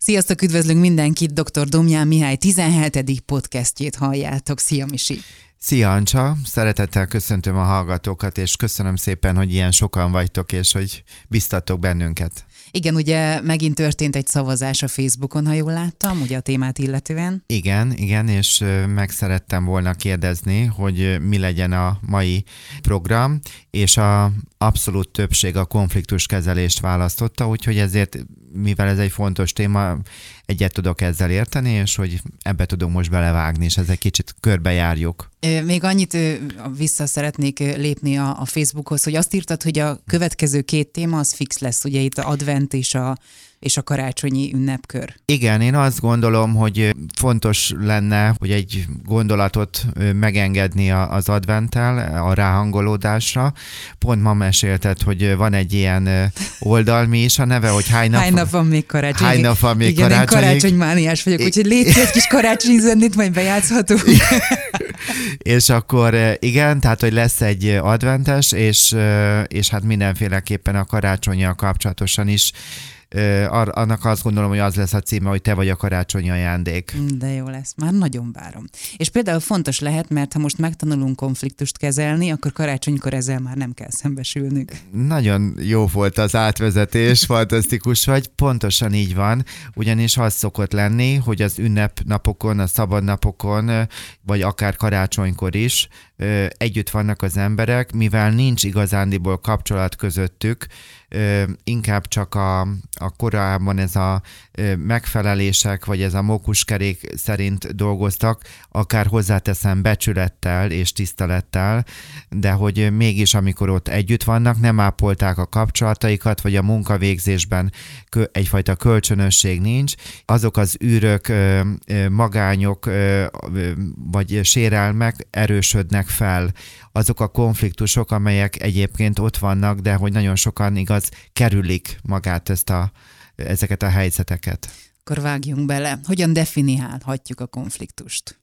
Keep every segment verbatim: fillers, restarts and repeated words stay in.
Sziasztok, üdvözlünk mindenkit, doktor Domján Mihály tizenhetedik podcastjét halljátok. Szia, Misi! Szia, Ancsa! Szeretettel köszöntöm a hallgatókat, és köszönöm szépen, hogy ilyen sokan vagytok, és hogy biztattok bennünket. Igen, ugye megint történt egy szavazás a Facebookon, ha jól láttam, ugye a témát illetően. Igen, igen, és meg szerettem volna kérdezni, hogy mi legyen a mai program, és a abszolút többség a konfliktuskezelést választotta, úgyhogy ezért, mivel ez egy fontos téma, egyet tudok ezzel érteni, és hogy ebbe tudunk most belevágni, és ez egy kicsit körbejárjuk. Még annyit vissza szeretnék lépni a, a Facebookhoz, hogy azt írtad, hogy a következő két téma az fix lesz, ugye itt a advent és a, és a karácsonyi ünnepkör. Igen, én azt gondolom, hogy fontos lenne, hogy egy gondolatot megengedni az adventtel, a ráhangolódásra. Pont ma mesélted, hogy van egy ilyen oldal, mi is a neve, hogy hány nap, hány nap van még karácsony. Hány nap van még igen, karácsonyig. Igen, karácsonymániás vagyok, úgyhogy légy egy kis karácsonyi zenét, majd bejátszhatunk. És akkor igen, tehát, hogy lesz egy adventes, és, és hát mindenféleképpen a karácsonnyal kapcsolatosan is annak azt gondolom, hogy az lesz a címe, hogy te vagy a karácsonyi ajándék. De jó lesz, már nagyon várom. És például fontos lehet, mert ha most megtanulunk konfliktust kezelni, akkor karácsonykor ezzel már nem kell szembesülnünk. Nagyon jó volt az átvezetés, fantasztikus vagy, pontosan így van, ugyanis az szokott lenni, hogy az ünnepnapokon, a szabadnapokon, vagy akár karácsonykor is együtt vannak az emberek, mivel nincs igazándiból kapcsolat közöttük, inkább csak a, a korábban ez a megfelelések, vagy ez a mókuskerék szerint dolgoztak, akár hozzáteszem becsülettel és tisztelettel, de hogy mégis amikor ott együtt vannak, nem ápolták a kapcsolataikat, vagy a munkavégzésben egyfajta kölcsönösség nincs, azok az űrök, magányok, vagy sérelmek erősödnek fel, azok a konfliktusok, amelyek egyébként ott vannak, de hogy nagyon sokan igaz kerülik magát ezt a, ezeket a helyzeteket. Akkor vágjunk bele. Hogyan definiálhatjuk a konfliktust?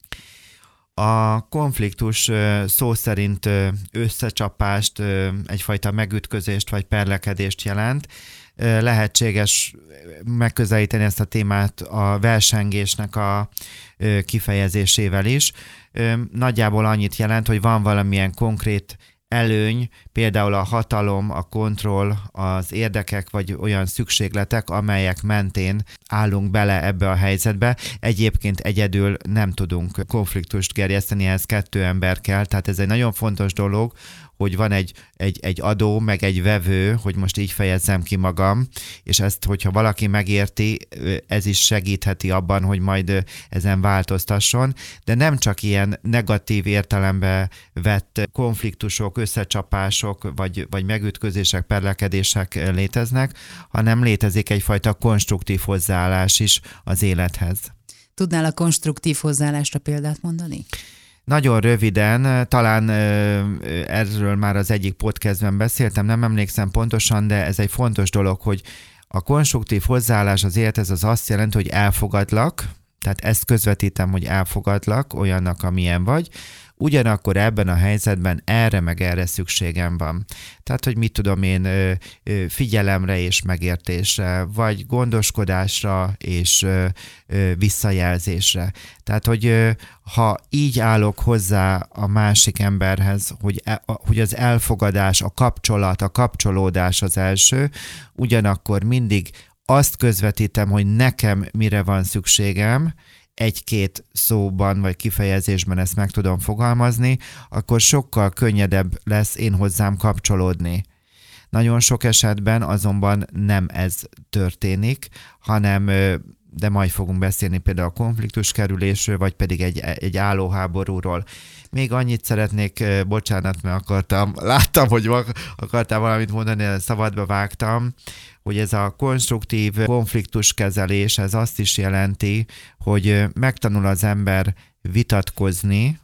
A konfliktus szó szerint összecsapást, egyfajta megütközést vagy perlekedést jelent. Lehetséges megközelíteni ezt a témát a versengésnek a kifejezésével is. Nagyjából annyit jelent, hogy van valamilyen konkrét előny, például a hatalom, a kontroll, az érdekek, vagy olyan szükségletek, amelyek mentén állunk bele ebbe a helyzetbe. Egyébként egyedül nem tudunk konfliktust gerjeszteni, ehhez kettő ember kell, tehát ez egy nagyon fontos dolog, hogy van egy, egy, egy adó, meg egy vevő, hogy most így fejezzem ki magam, és ezt, hogyha valaki megérti, ez is segítheti abban, hogy majd ezen változtasson, de nem csak ilyen negatív értelembe vett konfliktusok, összecsapások, vagy, vagy megütközések, perlekedések léteznek, hanem létezik egyfajta konstruktív hozzáállás is az élethez. Tudnál a konstruktív hozzáállásra példát mondani? Nagyon röviden, talán erről már az egyik podcastben beszéltem, nem emlékszem pontosan, de ez egy fontos dolog, hogy a konstruktív hozzáállás az élethez az azt jelenti, hogy elfogadlak, tehát ezt közvetítem, hogy elfogadlak olyannak, amilyen vagy, ugyanakkor ebben a helyzetben erre meg erre szükségem van. Tehát, hogy mit tudom én, figyelemre és megértésre, vagy gondoskodásra és visszajelzésre. Tehát, hogy ha így állok hozzá a másik emberhez, hogy, hogy az elfogadás, a kapcsolat, a kapcsolódás az első, ugyanakkor mindig azt közvetítem, hogy nekem mire van szükségem, egy-két szóban vagy kifejezésben ezt meg tudom fogalmazni, akkor sokkal könnyedebb lesz én hozzám kapcsolódni. Nagyon sok esetben azonban nem ez történik, hanem, de majd fogunk beszélni például a konfliktuskerülésről, vagy pedig egy, egy állóháborúról. Még annyit szeretnék, bocsánat, mert akartam, láttam, hogy akartál valamit mondani, de szabadba vágtam, hogy ez a konstruktív konfliktuskezelés, ez azt is jelenti, hogy megtanul az ember vitatkozni,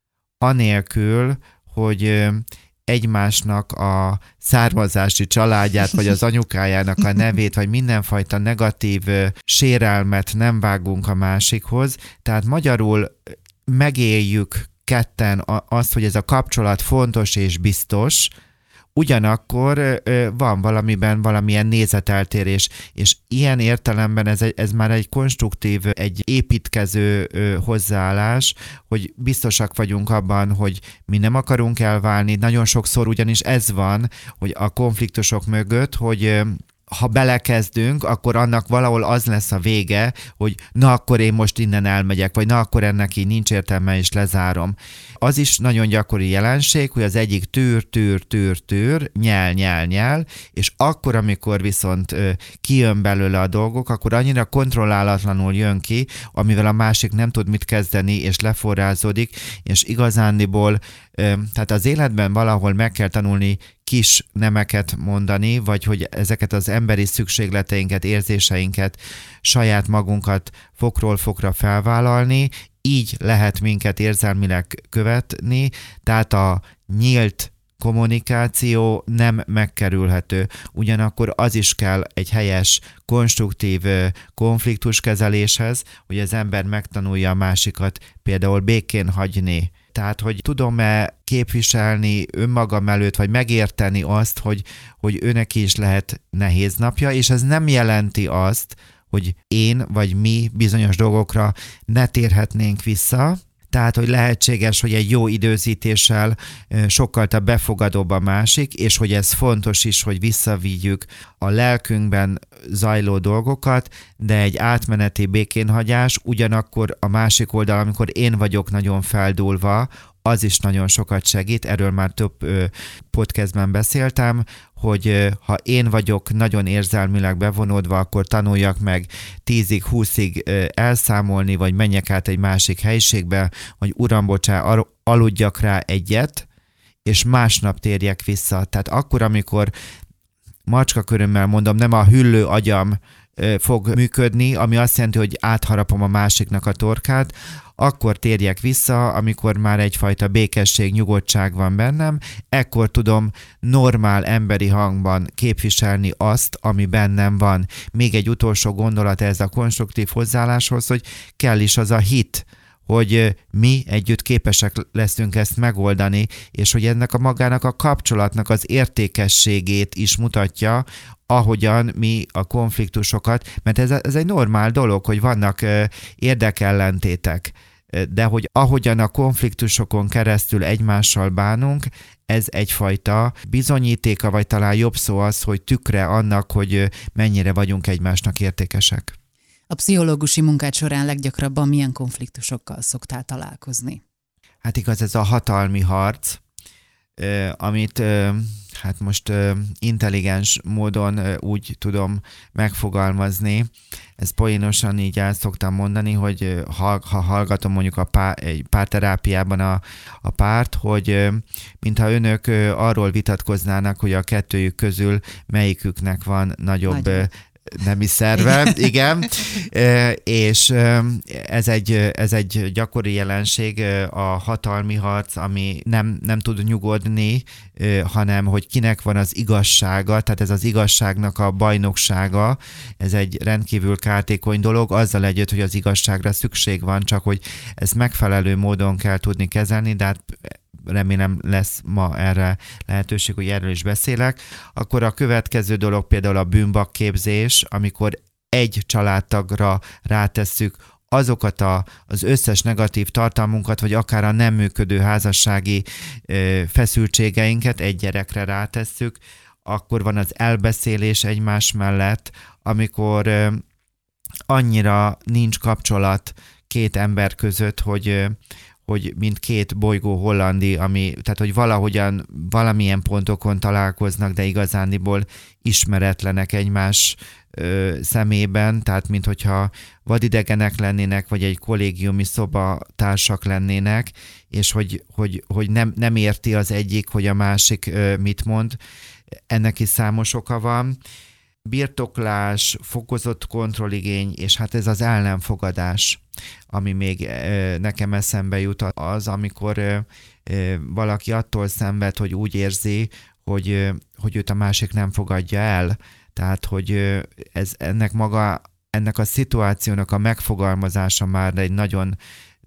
anélkül, hogy egymásnak a származási családját, vagy az anyukájának a nevét, vagy mindenfajta negatív sérelmet nem vágunk a másikhoz. Tehát magyarul megéljük ketten azt, hogy ez a kapcsolat fontos és biztos, ugyanakkor van valamiben valamilyen nézeteltérés, és ilyen értelemben ez, egy, ez már egy konstruktív, egy építkező hozzáállás, hogy biztosak vagyunk abban, hogy mi nem akarunk elválni. Nagyon sokszor ugyanis ez van, hogy a konfliktusok mögött, hogy ha belekezdünk, akkor annak valahol az lesz a vége, hogy na akkor én most innen elmegyek, vagy na akkor ennek így nincs értelme, és lezárom. Az is nagyon gyakori jelenség, hogy az egyik tűr, tűr, tűr, tűr, nyel, nyel, nyel, és akkor, amikor viszont ö, kijön belőle a dolgok, akkor annyira kontrollálatlanul jön ki, amivel a másik nem tud mit kezdeni, és leforrázódik, és igazándiból, ö, tehát az életben valahol meg kell tanulni kis nemeket mondani, vagy hogy ezeket az emberi szükségleteinket, érzéseinket, saját magunkat fokról fokra felvállalni, így lehet minket érzelmileg követni, tehát a nyílt kommunikáció nem megkerülhető. Ugyanakkor az is kell egy helyes, konstruktív konfliktuskezeléshez, hogy az ember megtanulja a másikat például békén hagyni. Tehát, hogy tudom-e képviselni önmagam előtt, vagy megérteni azt, hogy, hogy őnek is lehet nehéz napja, és ez nem jelenti azt, hogy én vagy mi bizonyos dolgokra ne térhetnénk vissza. Tehát, hogy lehetséges, hogy egy jó időzítéssel sokkal több befogadóbb a másik, és hogy ez fontos is, hogy visszavigyük a lelkünkben zajló dolgokat, de egy átmeneti békénhagyás, ugyanakkor a másik oldal, amikor én vagyok nagyon feldúlva, az is nagyon sokat segít, erről már több podcastben beszéltem, hogy ha én vagyok nagyon érzelmileg bevonódva, akkor tanuljak meg tízig, húszig elszámolni, vagy menjek át egy másik helyiségbe, hogy uram, bocsá, aludjak rá egyet, és másnap térjek vissza. Tehát akkor, amikor macska körömmel mondom, nem a hüllő agyam fog működni, ami azt jelenti, hogy átharapom a másiknak a torkát, akkor térjek vissza, amikor már egyfajta békesség, nyugodtság van bennem, ekkor tudom normál emberi hangban képviselni azt, ami bennem van. Még egy utolsó gondolat ez a konstruktív hozzáálláshoz, hogy kell is az a hit, hogy mi együtt képesek leszünk ezt megoldani, és hogy ennek a magának a kapcsolatnak az értékességét is mutatja, ahogyan mi a konfliktusokat, mert ez, ez egy normál dolog, hogy vannak érdekellentétek, de hogy ahogyan a konfliktusokon keresztül egymással bánunk, ez egyfajta bizonyítéka, vagy talán jobb szó az, hogy tükre annak, hogy mennyire vagyunk egymásnak értékesek. A pszichológusi munkád során leggyakrabban milyen konfliktusokkal szoktál találkozni? Hát igaz, ez a hatalmi harc, amit hát most intelligens módon úgy tudom megfogalmazni. Ezt poénosan így el szoktam mondani, hogy ha, ha hallgatom mondjuk a pár, egy párterápiában a, a párt, hogy mintha önök arról vitatkoznának, hogy a kettőjük közül melyiküknek van nagyobb Nagyon. nemi szerve, igen, és ez egy, ez egy gyakori jelenség, a hatalmi harc, ami nem, nem tud nyugodni, hanem hogy kinek van az igazsága, tehát ez az igazságnak a bajnoksága, ez egy rendkívül kártékony dolog, azzal együtt, hogy az igazságra szükség van, csak hogy ezt megfelelő módon kell tudni kezelni, de hát remélem lesz ma erre lehetőség, hogy erről is beszélek. Akkor a következő dolog például a bűnbakképzés, amikor egy családtagra rátesszük azokat a, az összes negatív tartalmunkat, vagy akár a nem működő házassági ö, feszültségeinket egy gyerekre rátesszük, akkor van az elbeszélés egymás mellett, amikor ö, annyira nincs kapcsolat két ember között, hogy ö, hogy mint két bolygó hollandi, ami, tehát hogy valahogyan valamilyen pontokon találkoznak, de igazándiból ismeretlenek egymás ö, szemében, tehát mint hogyha vadidegenek lennének, vagy egy kollégiumi szobatársak lennének, és hogy, hogy, hogy nem, nem érti az egyik, hogy a másik ö, mit mond. Ennek is számos oka van. Birtoklás, fokozott kontrolligény, és hát ez az el nem fogadás, ami még nekem eszembe jut, az, amikor valaki attól szenved, hogy úgy érzi, hogy, hogy őt a másik nem fogadja el. Tehát, hogy ez, ennek maga, ennek a szituációnak a megfogalmazása már egy nagyon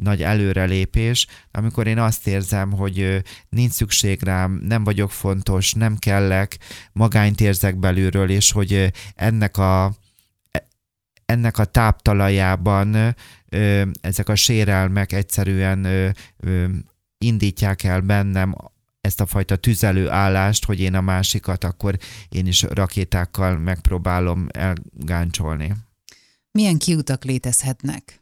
nagy előrelépés, amikor én azt érzem, hogy nincs szükség rám, nem vagyok fontos, nem kellek, magányt érzek belülről, és hogy ennek a, ennek a táptalajában ezek a sérelmek egyszerűen indítják el bennem ezt a fajta tüzelő állást, hogy én a másikat akkor én is rakétákkal megpróbálom elgáncsolni. Milyen kiutak létezhetnek?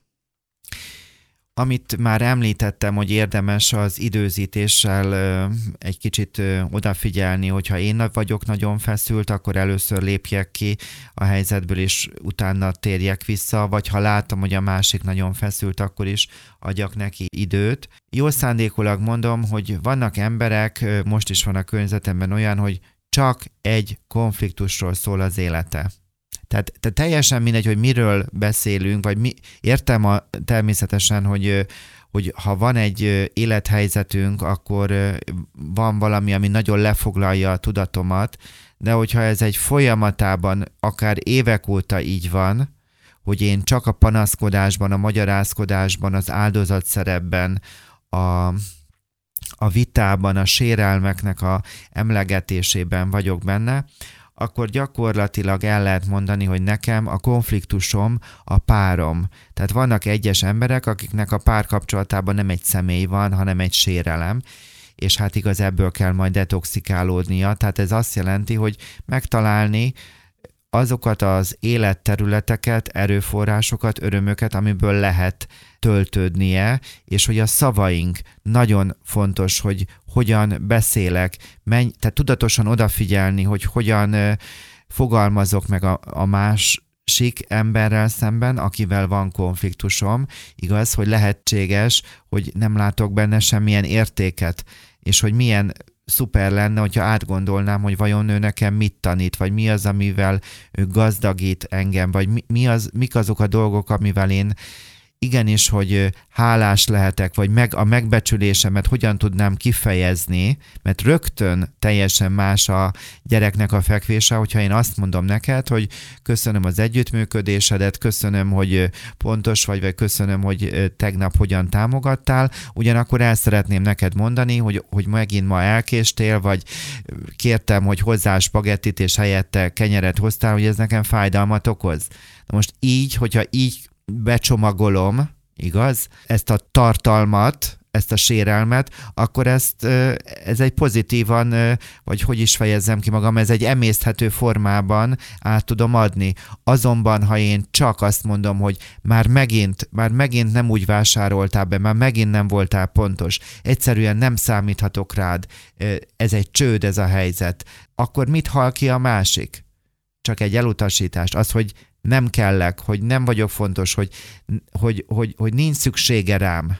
Amit már említettem, hogy érdemes az időzítéssel egy kicsit odafigyelni, hogyha én vagyok nagyon feszült, akkor először lépjek ki a helyzetből, és utána térjek vissza, vagy ha látom, hogy a másik nagyon feszült, akkor is adjak neki időt. Jó szándékulag mondom, hogy vannak emberek, most is van a környezetemben olyan, hogy csak egy konfliktusról szól az élete. Tehát, tehát teljesen mindegy, hogy miről beszélünk, vagy mi, értem a, természetesen, hogy, hogy ha van egy élethelyzetünk, akkor van valami, ami nagyon lefoglalja a tudatomat, de hogyha ez egy folyamatában, akár évek óta így van, hogy én csak a panaszkodásban, a magyarázkodásban, az áldozatszerepben, a, a vitában, a sérelmeknek a emlegetésében vagyok benne, akkor gyakorlatilag el lehet mondani, hogy nekem a konfliktusom a párom. Tehát vannak egyes emberek, akiknek a párkapcsolatában nem egy személy van, hanem egy sérelem, és hát igaz, ebből kell majd detoxikálódnia. Tehát ez azt jelenti, hogy megtalálni azokat az életterületeket, erőforrásokat, örömöket, amiből lehet töltődnie, és hogy a szavaink nagyon fontos, hogy hogyan beszélek, menj, tehát tudatosan odafigyelni, hogy hogyan fogalmazok meg a, a másik emberrel szemben, akivel van konfliktusom. Igaz, hogy lehetséges, hogy nem látok benne semmilyen értéket, és hogy milyen szuper lenne, hogyha átgondolnám, hogy vajon ő nekem mit tanít, vagy mi az, amivel ő gazdagít engem, vagy mi, mi az, mik azok a dolgok, amivel én igenis, hogy hálás lehetek, vagy meg a megbecsülésemet hogyan tudnám kifejezni, mert rögtön teljesen más a gyereknek a fekvése, hogyha én azt mondom neked, hogy köszönöm az együttműködésedet, köszönöm, hogy pontos vagy, vagy köszönöm, hogy tegnap hogyan támogattál, ugyanakkor el szeretném neked mondani, hogy, hogy megint ma elkéstél, vagy kértem, hogy hozzá spagettit, és helyette kenyeret hoztál, hogy ez nekem fájdalmat okoz. Na most így, hogyha így becsomagolom, igaz, ezt a tartalmat, ezt a sérelmet, akkor ezt, ez egy pozitívan, vagy hogy is fejezzem ki magam, ez egy emészthető formában át tudom adni. Azonban, ha én csak azt mondom, hogy már megint, már megint nem úgy vásároltál be, már megint nem voltál pontos, egyszerűen nem számíthatok rád, ez egy csőd ez a helyzet, akkor mit hal ki a másik? Csak egy elutasítást, az, hogy nem kellek, hogy nem vagyok fontos, hogy, hogy, hogy, hogy nincs szüksége rám.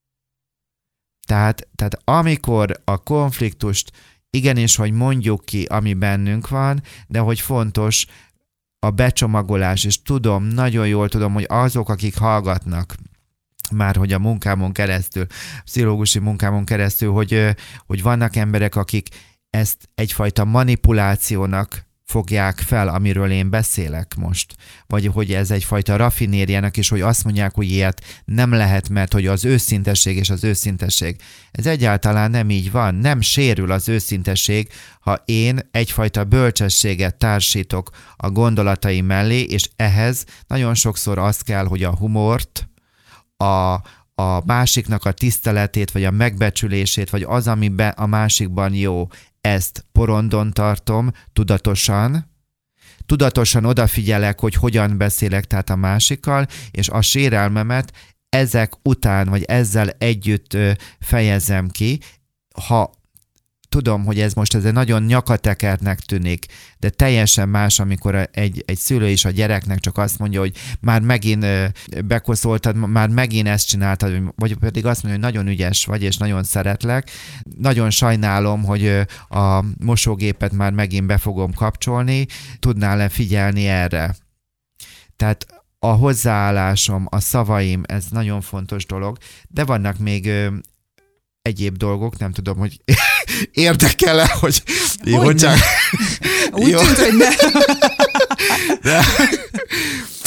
Tehát, tehát amikor a konfliktust igenis, hogy mondjuk ki, ami bennünk van, de hogy fontos a becsomagolás, és tudom, nagyon jól tudom, hogy azok, akik hallgatnak, már hogy a munkámon keresztül, pszichológusi munkámon keresztül, hogy, hogy vannak emberek, akik ezt egyfajta manipulációnak fogják fel, amiről én beszélek most. Vagy hogy ez egyfajta raffinériának is, hogy azt mondják, hogy ilyet nem lehet, mert hogy az őszintesség és az őszintesség. Ez egyáltalán nem így van. Nem sérül az őszintesség, ha én egyfajta bölcsességet társítok a gondolataim mellé, és ehhez nagyon sokszor az kell, hogy a humort, a, a másiknak a tiszteletét, vagy a megbecsülését, vagy az, ami be a másikban jó, ezt porondon tartom, tudatosan, tudatosan odafigyelek, hogy hogyan beszélek tehát a másikkal, és a sérelmemet ezek után, vagy ezzel együtt fejezem ki. Ha tudom, hogy ez most ez egy nagyon nyakatekertnek tűnik, de teljesen más, amikor egy, egy szülő is a gyereknek csak azt mondja, hogy már megint bekoszoltad, már megint ezt csináltad, vagy pedig azt mondja, hogy nagyon ügyes vagy, és nagyon szeretlek. Nagyon sajnálom, hogy a mosógépet már megint be fogom kapcsolni, tudnál-e figyelni erre? Tehát a hozzáállásom, a szavaim, ez nagyon fontos dolog, de vannak még egyéb dolgok, nem tudom, hogy érdekel-e, hogy... Hogy csak... Úgy tűnt, hogy nem. De,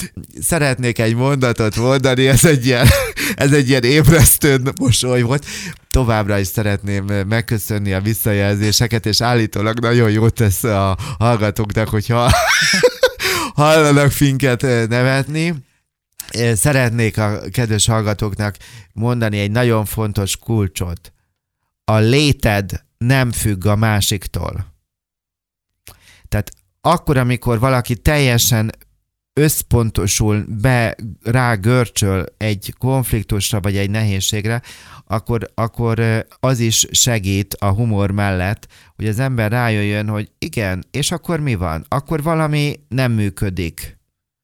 Szeretnék egy mondatot mondani, ez egy ilyen, ez egy ilyen ébresztő mosoly volt. Továbbra is szeretném megköszönni a visszajelzéseket, és állítólag nagyon jót tesz a hallgatóknak, hogyha hallanak minket nevetni. Szeretnék a kedves hallgatóknak mondani egy nagyon fontos kulcsot. A léted nem függ a másiktól. Tehát akkor, amikor valaki teljesen összpontosul, be rá görcsöl egy konfliktusra vagy egy nehézségre, akkor, akkor az is segít a humor mellett, hogy az ember rájöjjön, hogy igen, és akkor mi van? Akkor valami nem működik.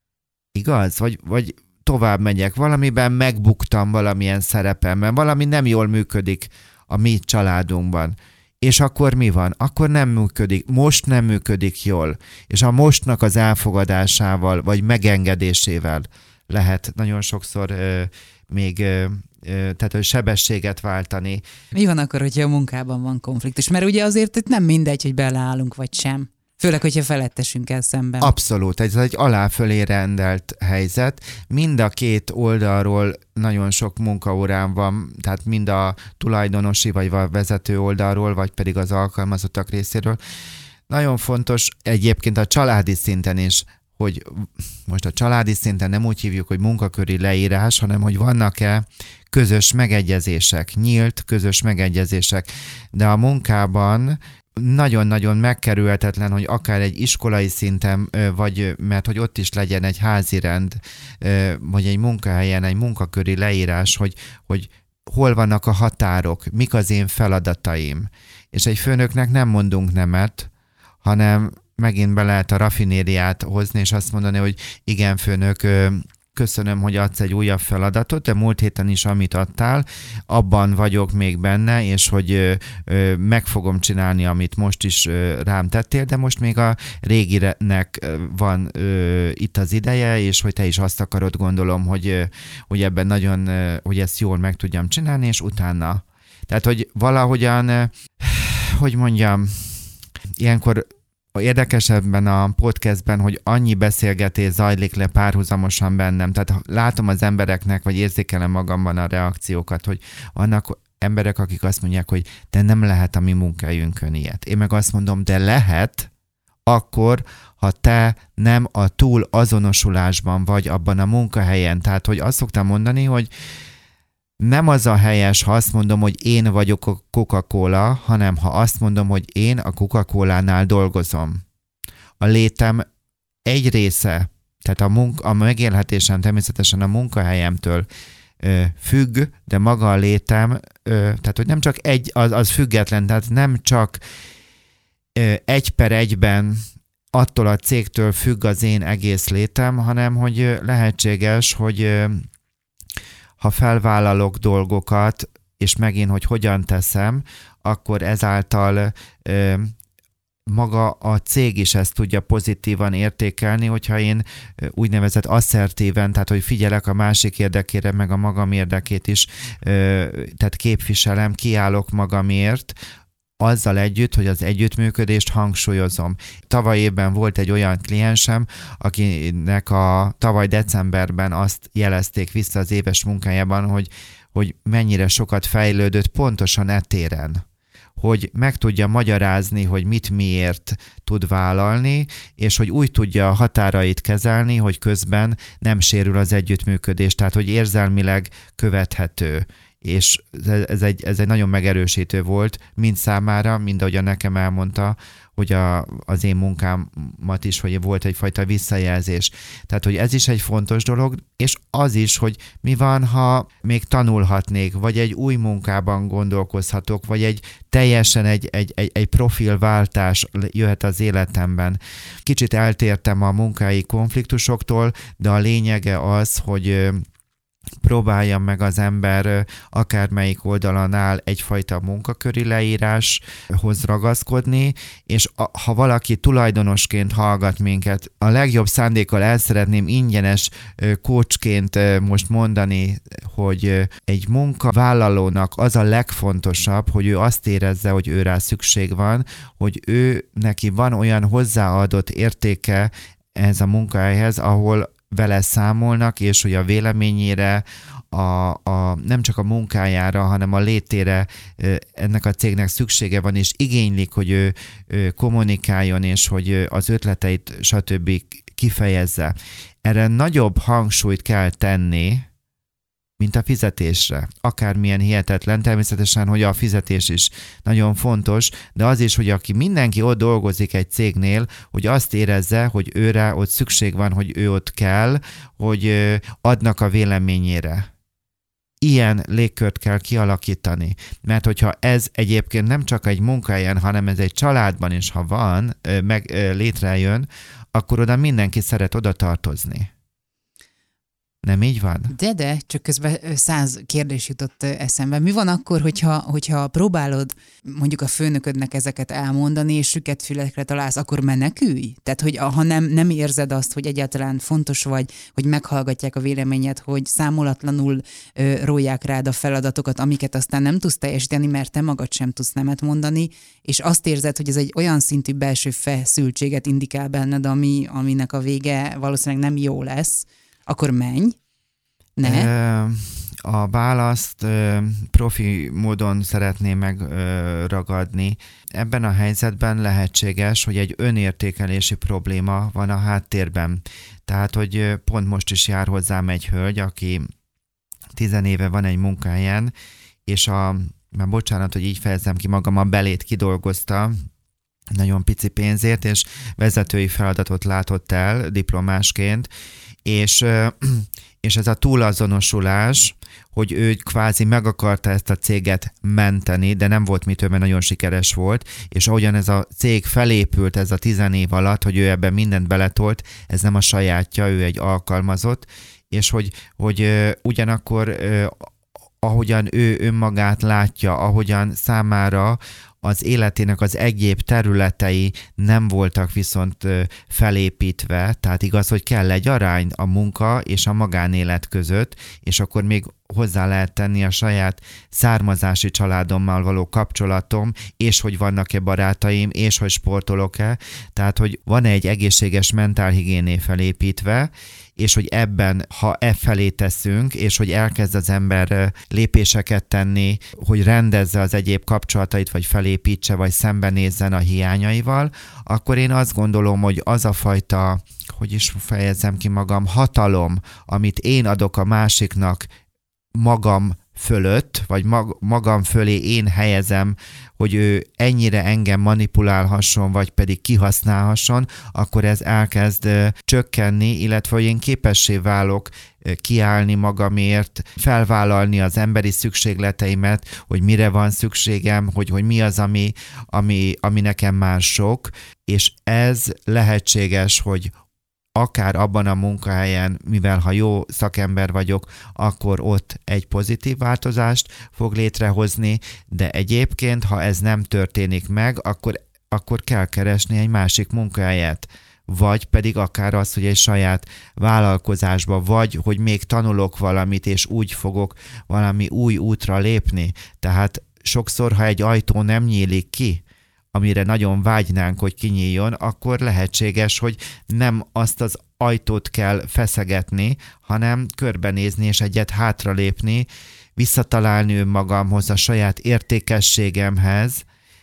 Igaz? Vagy, vagy tovább megyek, valamiben megbuktam valamilyen szerepemben, valami nem jól működik a mi családunkban. És akkor mi van? Akkor nem működik, most nem működik jól. És a mostnak az elfogadásával, vagy megengedésével lehet nagyon sokszor ö, még ö, ö, tehát, hogy sebességet váltani. Mi van akkor, hogyha a munkában van konfliktus? Mert ugye azért itt nem mindegy, hogy beleállunk, vagy sem. Főleg, hogyha felettesünkkel szemben. Abszolút, ez egy alá-fölé rendelt helyzet. Mind a két oldalról nagyon sok munkaórán van, tehát mind a tulajdonosi vagy a vezető oldalról, vagy pedig az alkalmazottak részéről. Nagyon fontos egyébként a családi szinten is, hogy most a családi szinten nem úgy hívjuk, hogy munkaköri leírás, hanem hogy vannak-e közös megegyezések, nyílt közös megegyezések. De a munkában nagyon-nagyon megkerülhetetlen, hogy akár egy iskolai szinten, vagy mert hogy ott is legyen egy házi rend, vagy egy munkahelyen egy munkaköri leírás, hogy, hogy hol vannak a határok, mik az én feladataim. És egy főnöknek nem mondunk nemet, hanem megint be lehet a raffinériát hozni, és azt mondani, hogy igen, főnök, köszönöm, hogy adsz egy újabb feladatot, de múlt héten is, amit adtál, abban vagyok még benne, és hogy ö, ö, meg fogom csinálni, amit most is ö, rám tettél, de most még a réginek van ö, itt az ideje, és hogy te is azt akarod, gondolom, hogy, ö, hogy ebben nagyon, ö, hogy ezt jól meg tudjam csinálni, és utána. Tehát, hogy valahogyan, ö, hogy mondjam, ilyenkor érdekes ebben a podcastben, hogy annyi beszélgetés zajlik le párhuzamosan bennem. Tehát látom az embereknek, vagy érzékelem magamban a reakciókat, hogy vannak emberek, akik azt mondják, hogy de nem lehet a mi munkahelyünkön ilyet. Én meg azt mondom, de lehet, akkor, ha te nem a túl azonosulásban vagy abban a munkahelyen. Tehát, hogy azt szoktam mondani, hogy nem az a helyes, ha azt mondom, hogy én vagyok a Coca-Cola, hanem ha azt mondom, hogy én a Coca-Colánál dolgozom. A létem egy része, tehát a, munka, a megélhetésem természetesen a munkahelyemtől ö, függ, de maga a létem, ö, tehát hogy nem csak egy, az, az független, tehát nem csak ö, egy per egyben attól a cégtől függ az én egész létem, hanem hogy lehetséges, hogy ö, ha felvállalok dolgokat, és megint, hogy hogyan teszem, akkor ezáltal ö, maga a cég is ezt tudja pozitívan értékelni, hogyha én úgynevezett asszertíven, tehát hogy figyelek a másik érdekére, meg a magam érdekét is, ö, tehát képviselem, kiállok magamért, azzal együtt, hogy az együttműködést hangsúlyozom. Tavaly évben volt egy olyan kliensem, akinek a tavaly decemberben azt jelezték vissza az éves munkájában, hogy, hogy mennyire sokat fejlődött pontosan e téren. Hogy meg tudja magyarázni, hogy mit miért tud vállalni, és hogy úgy tudja a határait kezelni, hogy közben nem sérül az együttműködés, tehát hogy érzelmileg követhető. És ez egy, ez egy nagyon megerősítő volt, mind számára, mind ahogyan nekem elmondta, hogy a, az én munkámat is, hogy volt egyfajta visszajelzés. Tehát, hogy ez is egy fontos dolog, és az is, hogy mi van, ha még tanulhatnék, vagy egy új munkában gondolkozhatok, vagy egy teljesen egy, egy, egy, egy profilváltás jöhet az életemben. Kicsit eltértem a munkai konfliktusoktól, de a lényege az, hogy próbálja meg az ember akármelyik oldalon áll egyfajta munkaköri leíráshoz ragaszkodni, és a, ha valaki tulajdonosként hallgat minket, a legjobb szándékkal el szeretném ingyenes coachként most mondani, hogy egy munkavállalónak az a legfontosabb, hogy ő azt érezze, hogy ő rá szükség van, hogy ő neki van olyan hozzáadott értéke ez a munkahelyhez, ahol vele számolnak, és hogy a véleményére, a, a, nem csak a munkájára, hanem a létére ennek a cégnek szüksége van, és igénylik, hogy ő, ő kommunikáljon, és hogy az ötleteit, stb. Kifejezze. Erre nagyobb hangsúlyt kell tenni, mint a fizetésre. Akármilyen hihetetlen, természetesen, hogy a fizetés is nagyon fontos, de az is, hogy aki mindenki ott dolgozik egy cégnél, hogy azt érezze, hogy őre ott szükség van, hogy ő ott kell, hogy adnak a véleményére. Ilyen légkört kell kialakítani, mert hogyha ez egyébként nem csak egy munkahelyen, hanem ez egy családban is, ha van, meg létrejön, akkor oda mindenki szeret oda tartozni. Nem így van? De, de, csak közben száz kérdés jutott eszembe. Mi van akkor, hogyha, hogyha próbálod mondjuk a főnöködnek ezeket elmondani, és süket fülekre találsz, akkor menekülj? Tehát, hogy ha nem, nem érzed azt, hogy egyáltalán fontos vagy, hogy meghallgatják a véleményed, hogy számolatlanul ö, rólják rád a feladatokat, amiket aztán nem tudsz teljesíteni, mert te magad sem tudsz nemet mondani, és azt érzed, hogy ez egy olyan szintű belső feszültséget indikál benned, ami, aminek a vége valószínűleg nem jó lesz, akkor menj, ne? A választ profi módon szeretném megragadni. Ebben a helyzetben lehetséges, hogy egy önértékelési probléma van a háttérben. Tehát, hogy pont most is jár hozzám egy hölgy, aki tizenéve van egy munkáján, és a, már bocsánat, hogy így fejezem ki magam, a belét kidolgozta, nagyon pici pénzért, és vezetői feladatot látott el diplomásként, és, és ez a túlazonosulás, hogy ő kvázi meg akarta ezt a céget menteni, de nem volt mitől, mert nagyon sikeres volt, és ahogyan ez a cég felépült ez a tizen év alatt, hogy ő ebben mindent beletolt, ez nem a sajátja, ő egy alkalmazott, és hogy, hogy ugyanakkor ahogyan ő önmagát látja, ahogyan számára az életének az egyéb területei nem voltak viszont felépítve, tehát igaz, hogy kell egy arány a munka és a magánélet között, és akkor még hozzá lehet tenni a saját származási családommal való kapcsolatom, és hogy vannak-e barátaim, és hogy sportolok-e, tehát hogy van-e egy egészséges mentálhigiéné felépítve, és hogy ebben, ha e felé teszünk, és hogy elkezd az ember lépéseket tenni, hogy rendezze az egyéb kapcsolatait, vagy felépítse, vagy szembenézzen a hiányaival, akkor én azt gondolom, hogy az a fajta, hogy is fejezzem ki magam, hatalom, amit én adok a másiknak magam fölött, vagy mag, magam fölé én helyezem, hogy ő ennyire engem manipulálhasson, vagy pedig kihasználhasson, akkor ez elkezd uh, csökkenni, illetve hogy én képessé válok uh, kiállni magamért, felvállalni az emberi szükségleteimet, hogy mire van szükségem, hogy, hogy mi az, ami, ami, ami nekem már sok, és ez lehetséges, hogy akár abban a munkahelyen, mivel ha jó szakember vagyok, akkor ott egy pozitív változást fog létrehozni, de egyébként, ha ez nem történik meg, akkor, akkor kell keresni egy másik munkahelyet. Vagy pedig akár az, hogy egy saját vállalkozásba, vagy hogy még tanulok valamit, és úgy fogok valami új útra lépni. Tehát sokszor, ha egy ajtó nem nyílik ki, amire nagyon vágynánk, hogy kinyíljon, akkor lehetséges, hogy nem azt az ajtót kell feszegetni, hanem körbenézni és egyet hátralépni, visszatalálni önmagamhoz, a saját értékességemhez.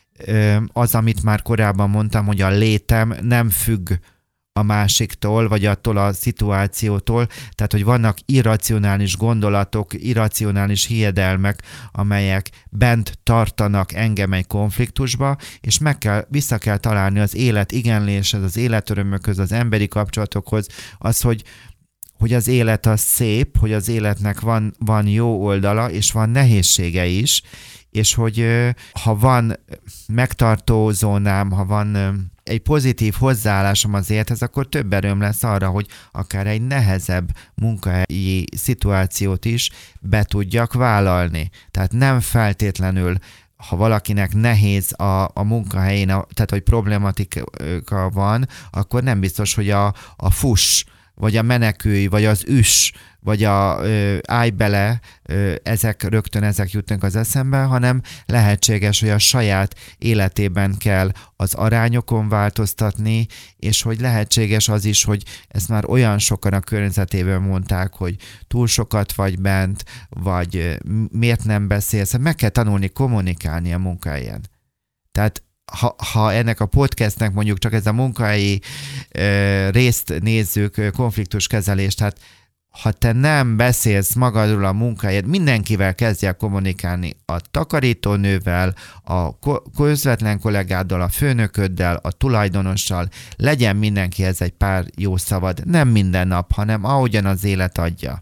Az, amit már korábban mondtam, hogy a létem nem függ a másiktól, vagy attól a szituációtól, tehát, hogy vannak irracionális gondolatok, irracionális hiedelmek, amelyek bent tartanak engem egy konfliktusba, és meg kell, vissza kell találni az élet igenléshez, az életörömökhöz, az emberi kapcsolatokhoz, az, hogy hogy az élet az szép, hogy az életnek van, van jó oldala, és van nehézsége is, és hogy ha van megtartó zónám, ha van egy pozitív hozzáállásom az élethez, akkor több erőm lesz arra, hogy akár egy nehezebb munkahelyi szituációt is be tudjak vállalni. Tehát nem feltétlenül, ha valakinek nehéz a, a munkahelyén, a, tehát hogy problematika van, akkor nem biztos, hogy a, a fuss vagy a menekülj, vagy az üss, vagy a ö, állj bele, ö, ezek rögtön ezek jutnak az eszembe, hanem lehetséges, hogy a saját életében kell az arányokon változtatni, és hogy lehetséges az is, hogy ezt már olyan sokan a környezetében mondták, hogy túl sokat vagy bent, vagy miért nem beszélsz, meg kell tanulni kommunikálni a munkahelyen. Tehát Ha, ha ennek a podcastnek mondjuk csak ez a munkahelyi e, részt nézzük, konfliktuskezelést, tehát ha te nem beszélsz magadról a munkáját, mindenkivel kezdj el kommunikálni, a takarítónővel, a közvetlen kollégáddal, a főnököddel, a tulajdonossal, legyen mindenkihez egy pár jó szavad, nem minden nap, hanem ahogyan az élet adja.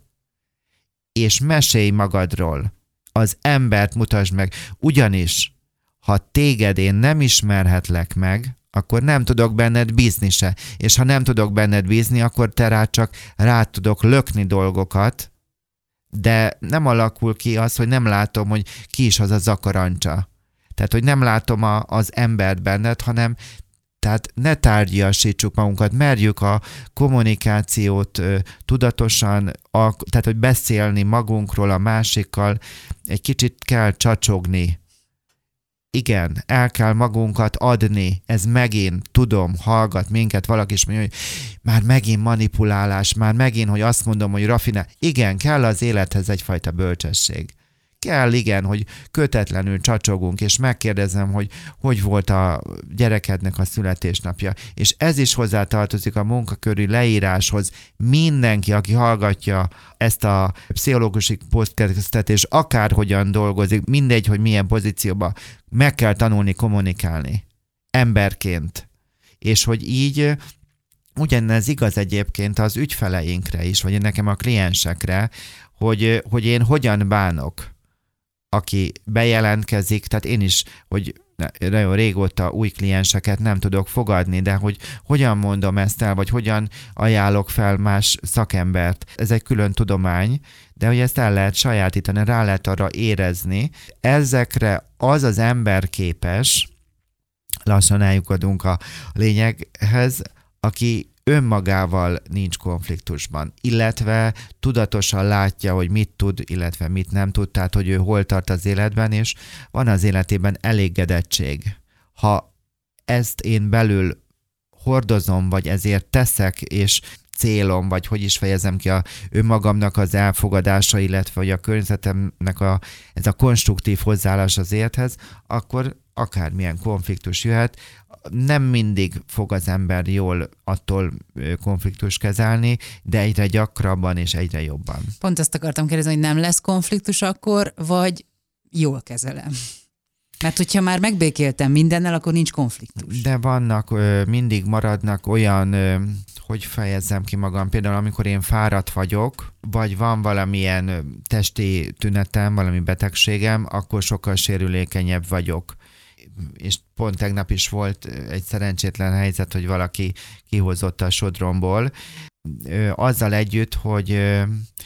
És mesélj magadról, az embert mutasd meg, ugyanis ha téged én nem ismerhetlek meg, akkor nem tudok benned bízni se. És ha nem tudok benned bízni, akkor te rá csak rá tudok lökni dolgokat, de nem alakul ki az, hogy nem látom, hogy ki is az a zakarancsa. Tehát, hogy nem látom a, az embert benned, hanem tehát ne tárgyasítsuk magunkat, merjük a kommunikációt ö, tudatosan, a, tehát, hogy beszélni magunkról a másikkal, egy kicsit kell csacsogni. Igen, el kell magunkat adni, ez megint, tudom, hallgat minket, valaki is mondja, hogy már megint manipulálás, már megint, hogy azt mondom, hogy raffinál. Igen, kell az élethez egyfajta bölcsesség. Kell, igen, hogy kötetlenül csacsogunk, és megkérdezem, hogy hogy volt a gyerekednek a születésnapja. És ez is hozzátartozik a munkakörű leíráshoz. Mindenki, aki hallgatja ezt a pszichológusi podcastet, és akárhogyan dolgozik, mindegy, hogy milyen pozícióban, meg kell tanulni kommunikálni. Emberként. És hogy így ugyanez igaz egyébként az ügyfeleinkre is, vagy nekem a kliensekre, hogy, hogy én hogyan bánok, aki bejelentkezik, tehát én is, hogy nagyon régóta új klienseket nem tudok fogadni, de hogy hogyan mondom ezt el, vagy hogyan ajánlok fel más szakembert. Ez egy külön tudomány, de hogy ezt el lehet sajátítani, rá lehet arra érezni. Ezekre az az ember képes, lassan eljutodunk a lényeghez, aki önmagával nincs konfliktusban, illetve tudatosan látja, hogy mit tud, illetve mit nem tud, tehát hogy ő hol tart az életben, és van az életében elégedettség. Ha ezt én belül hordozom, vagy ezért teszek, és célom, vagy hogy is fejezem ki a önmagamnak az elfogadása, illetve hogy a környezetemnek a, ez a konstruktív hozzáállás az élethez, akkor akármilyen konfliktus jöhet, nem mindig fog az ember jól attól konfliktus kezelni, de egyre gyakrabban és egyre jobban. Pont ezt akartam kérdezni, hogy nem lesz konfliktus akkor, vagy jól kezelem? Mert hogyha már megbékéltem mindennel, akkor nincs konfliktus. De vannak, mindig maradnak olyan, hogy fejezzem ki magam, például amikor én fáradt vagyok, vagy van valamilyen testi tünetem, valami betegségem, akkor sokkal sérülékenyebb vagyok. És pont tegnap is volt egy szerencsétlen helyzet, hogy valaki kihozott a sodromból. Azzal együtt, hogy,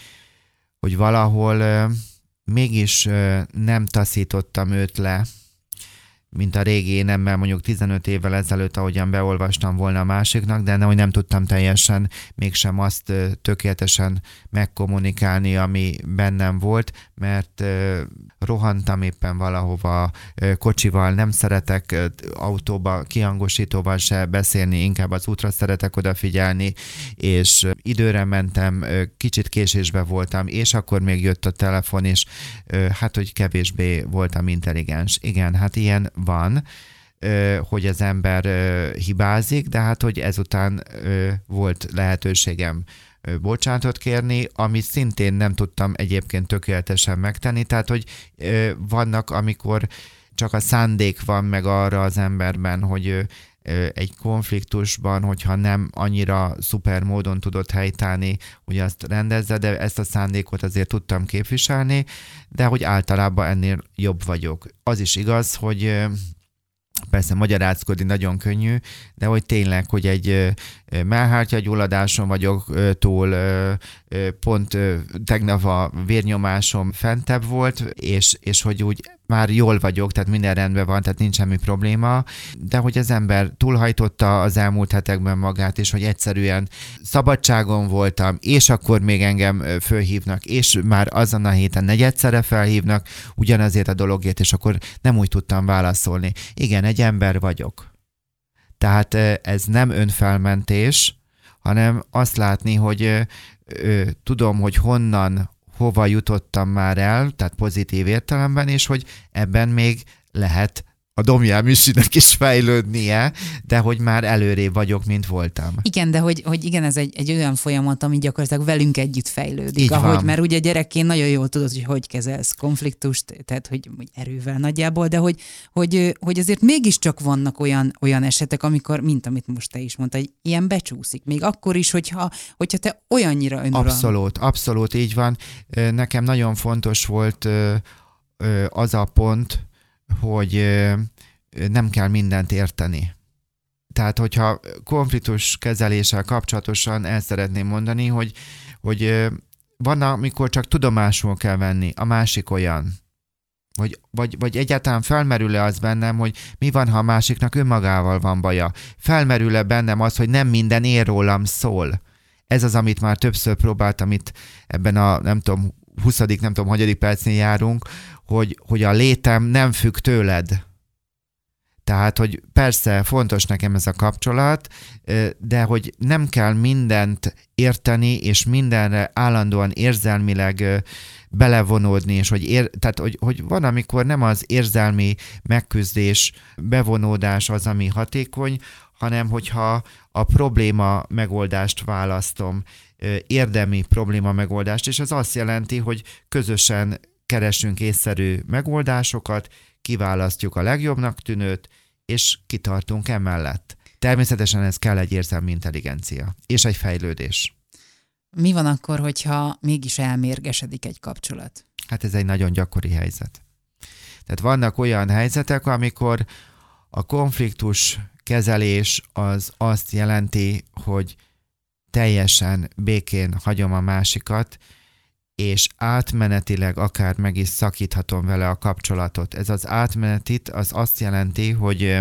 hogy valahol mégis nem taszítottam őt le, mint a régi énemmel mondjuk tizenöt évvel ezelőtt, ahogyan beolvastam volna a másiknak, de hogy nem tudtam teljesen mégsem azt tökéletesen megkommunikálni, ami bennem volt, mert rohantam éppen valahova kocsival, nem szeretek autóba, kihangosítóval se beszélni, inkább az útra szeretek odafigyelni, és időre mentem, kicsit késésbe voltam, és akkor még jött a telefon, és hát, hogy kevésbé voltam intelligens. Igen, hát ilyen van, hogy az ember hibázik, de hát, hogy ezután volt lehetőségem bocsánatot kérni, amit szintén nem tudtam egyébként tökéletesen megtenni, tehát, hogy vannak, amikor csak a szándék van meg arra az emberben, hogy egy konfliktusban, hogyha nem annyira szuper módon tudott helytállni, hogy azt rendezze, de ezt a szándékot azért tudtam képviselni, de hogy általában ennél jobb vagyok. Az is igaz, hogy persze magyarázkodni nagyon könnyű, de hogy tényleg, hogy egy mellhártyagyulladáson vagyok túl, pont tegnap a vérnyomásom fentebb volt, és, és hogy úgy már jól vagyok, tehát minden rendben van, tehát nincs semmi probléma, de hogy az ember túlhajtotta az elmúlt hetekben magát, és hogy egyszerűen szabadságon voltam, és akkor még engem fölhívnak, és már azon a héten negyedszerre felhívnak ugyanazért a dologért, és akkor nem úgy tudtam válaszolni. Igen, egy ember vagyok. Tehát ez nem önfelmentés, hanem azt látni, hogy ö, ö, tudom, hogy honnan, hova jutottam már el, tehát pozitív értelemben, és hogy ebben még lehet a Domján Misinek is fejlődnie, de hogy már előrébb vagyok, mint voltam. Igen, de hogy, hogy igen, ez egy, egy olyan folyamat, ami gyakorlatilag velünk együtt fejlődik. Így ahogy, van. mert ugye gyerekként nagyon jól tudod, hogy hogy kezelsz konfliktust, tehát hogy, hogy erővel nagyjából, de hogy, hogy, hogy azért mégiscsak vannak olyan, olyan esetek, amikor, mint amit most te is mondtad, hogy ilyen becsúszik. Még akkor is, hogyha, hogyha te olyannyira önuralom. Abszolút, abszolút így van. Nekem nagyon fontos volt az a pont, hogy nem kell mindent érteni. Tehát, hogyha konfliktus kezeléssel kapcsolatosan el szeretném mondani, hogy, hogy van, amikor csak tudomásul kell venni, a másik olyan. Vagy, vagy, vagy egyáltalán felmerül-e az bennem, hogy mi van, ha a másiknak önmagával van baja? Felmerül-e bennem az, hogy nem minden én rólam szól? Ez az, amit már többször próbáltam itt ebben a, nem tudom, huszadik, nem tudom, hagyadik percnél járunk, hogy, hogy a létem nem függ tőled. Tehát, hogy persze fontos nekem ez a kapcsolat, de hogy nem kell mindent érteni, és mindenre állandóan érzelmileg belevonódni, és hogy, ér, tehát, hogy, hogy van, amikor nem az érzelmi megküzdés, bevonódás az, ami hatékony, hanem hogyha a probléma megoldást választom, érdemi probléma megoldást, és ez azt jelenti, hogy közösen keresünk észszerű megoldásokat, kiválasztjuk a legjobbnak tűnőt, és kitartunk emellett. Természetesen ez kell egy érzelmi intelligencia, és egy fejlődés. Mi van akkor, hogyha mégis elmérgesedik egy kapcsolat? Hát ez egy nagyon gyakori helyzet. Tehát vannak olyan helyzetek, amikor a konfliktus kezelés az azt jelenti, hogy teljesen békén hagyom a másikat, és átmenetileg akár meg is szakíthatom vele a kapcsolatot. Ez az átmenetit az azt jelenti, hogy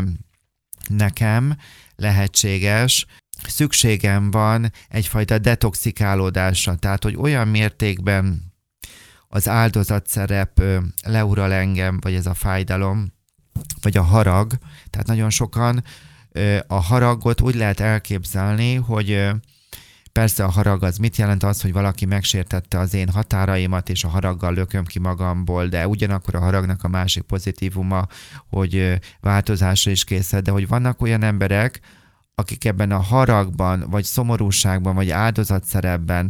nekem lehetséges, szükségem van egyfajta detoxikálódásra, tehát hogy olyan mértékben az áldozatszerep leural engem, vagy ez a fájdalom, vagy a harag, tehát nagyon sokan a haragot úgy lehet elképzelni, hogy persze a harag az mit jelent az, hogy valaki megsértette az én határaimat, és a haraggal lököm ki magamból, de ugyanakkor a haragnak a másik pozitívuma, hogy változásra is készül, de hogy vannak olyan emberek, akik ebben a haragban, vagy szomorúságban, vagy áldozatszerepben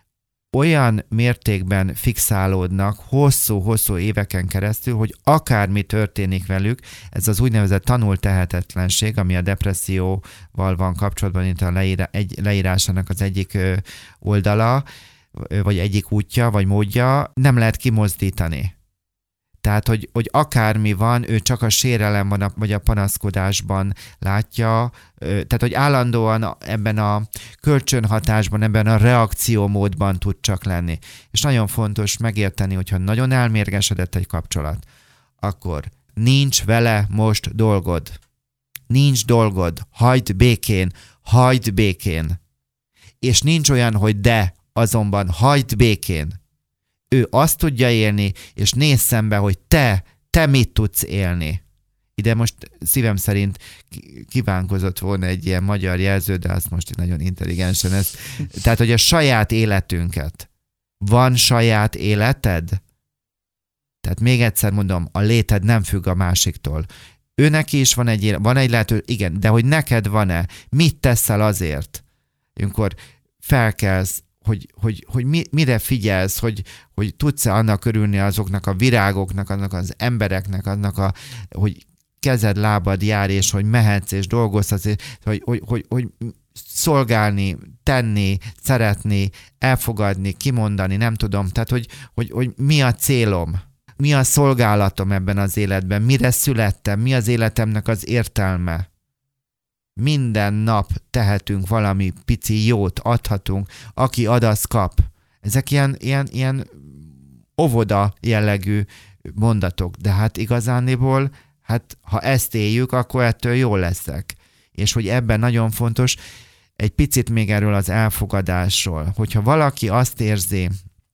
olyan mértékben fixálódnak hosszú-hosszú éveken keresztül, hogy akármi történik velük, ez az úgynevezett tanult tehetetlenség, ami a depresszióval van kapcsolatban, itt a leírá, egy, leírásának az egyik oldala, vagy egyik útja, vagy módja, nem lehet kimozdítani. Tehát, hogy, hogy akármi van, ő csak a sérelem van, vagy a panaszkodásban látja, tehát, hogy állandóan ebben a kölcsönhatásban, ebben a reakciómódban tud csak lenni. És nagyon fontos megérteni, hogyha nagyon elmérgesedett egy kapcsolat, akkor nincs vele most dolgod. Nincs dolgod. Hagyd békén. Hagyd békén. És nincs olyan, hogy de, azonban hagyd békén. Ő azt tudja élni, és nézz szembe, hogy te, te mit tudsz élni. Ide most szívem szerint kívánkozott volna egy ilyen magyar jelző, de azt most nagyon intelligensen ezt. Tehát, hogy a saját életünket. Van saját életed? Tehát még egyszer mondom, a léted nem függ a másiktól. Őneki is van egy, van egy lehető, igen, de hogy neked van-e? Mit teszel azért? Amikor felkelsz, hogy, hogy, hogy mi, mire figyelsz, hogy, hogy tudsz-e annak örülni azoknak a virágoknak, annak az embereknek, annak a, hogy kezed, lábad jár, és hogy mehetsz, és dolgozhatsz, hogy, hogy, hogy, hogy szolgálni, tenni, szeretni, elfogadni, kimondani, nem tudom, tehát hogy, hogy, hogy mi a célom, mi a szolgálatom ebben az életben, mire születtem, mi az életemnek az értelme. Minden nap tehetünk valami pici jót, adhatunk, aki ad, az kap. Ezek ilyen, ilyen, ilyen óvoda jellegű mondatok, de hát igazániból, hát ha ezt éljük, akkor ettől jól leszek. És hogy ebben nagyon fontos, egy picit még erről az elfogadásról, hogyha valaki azt érzi,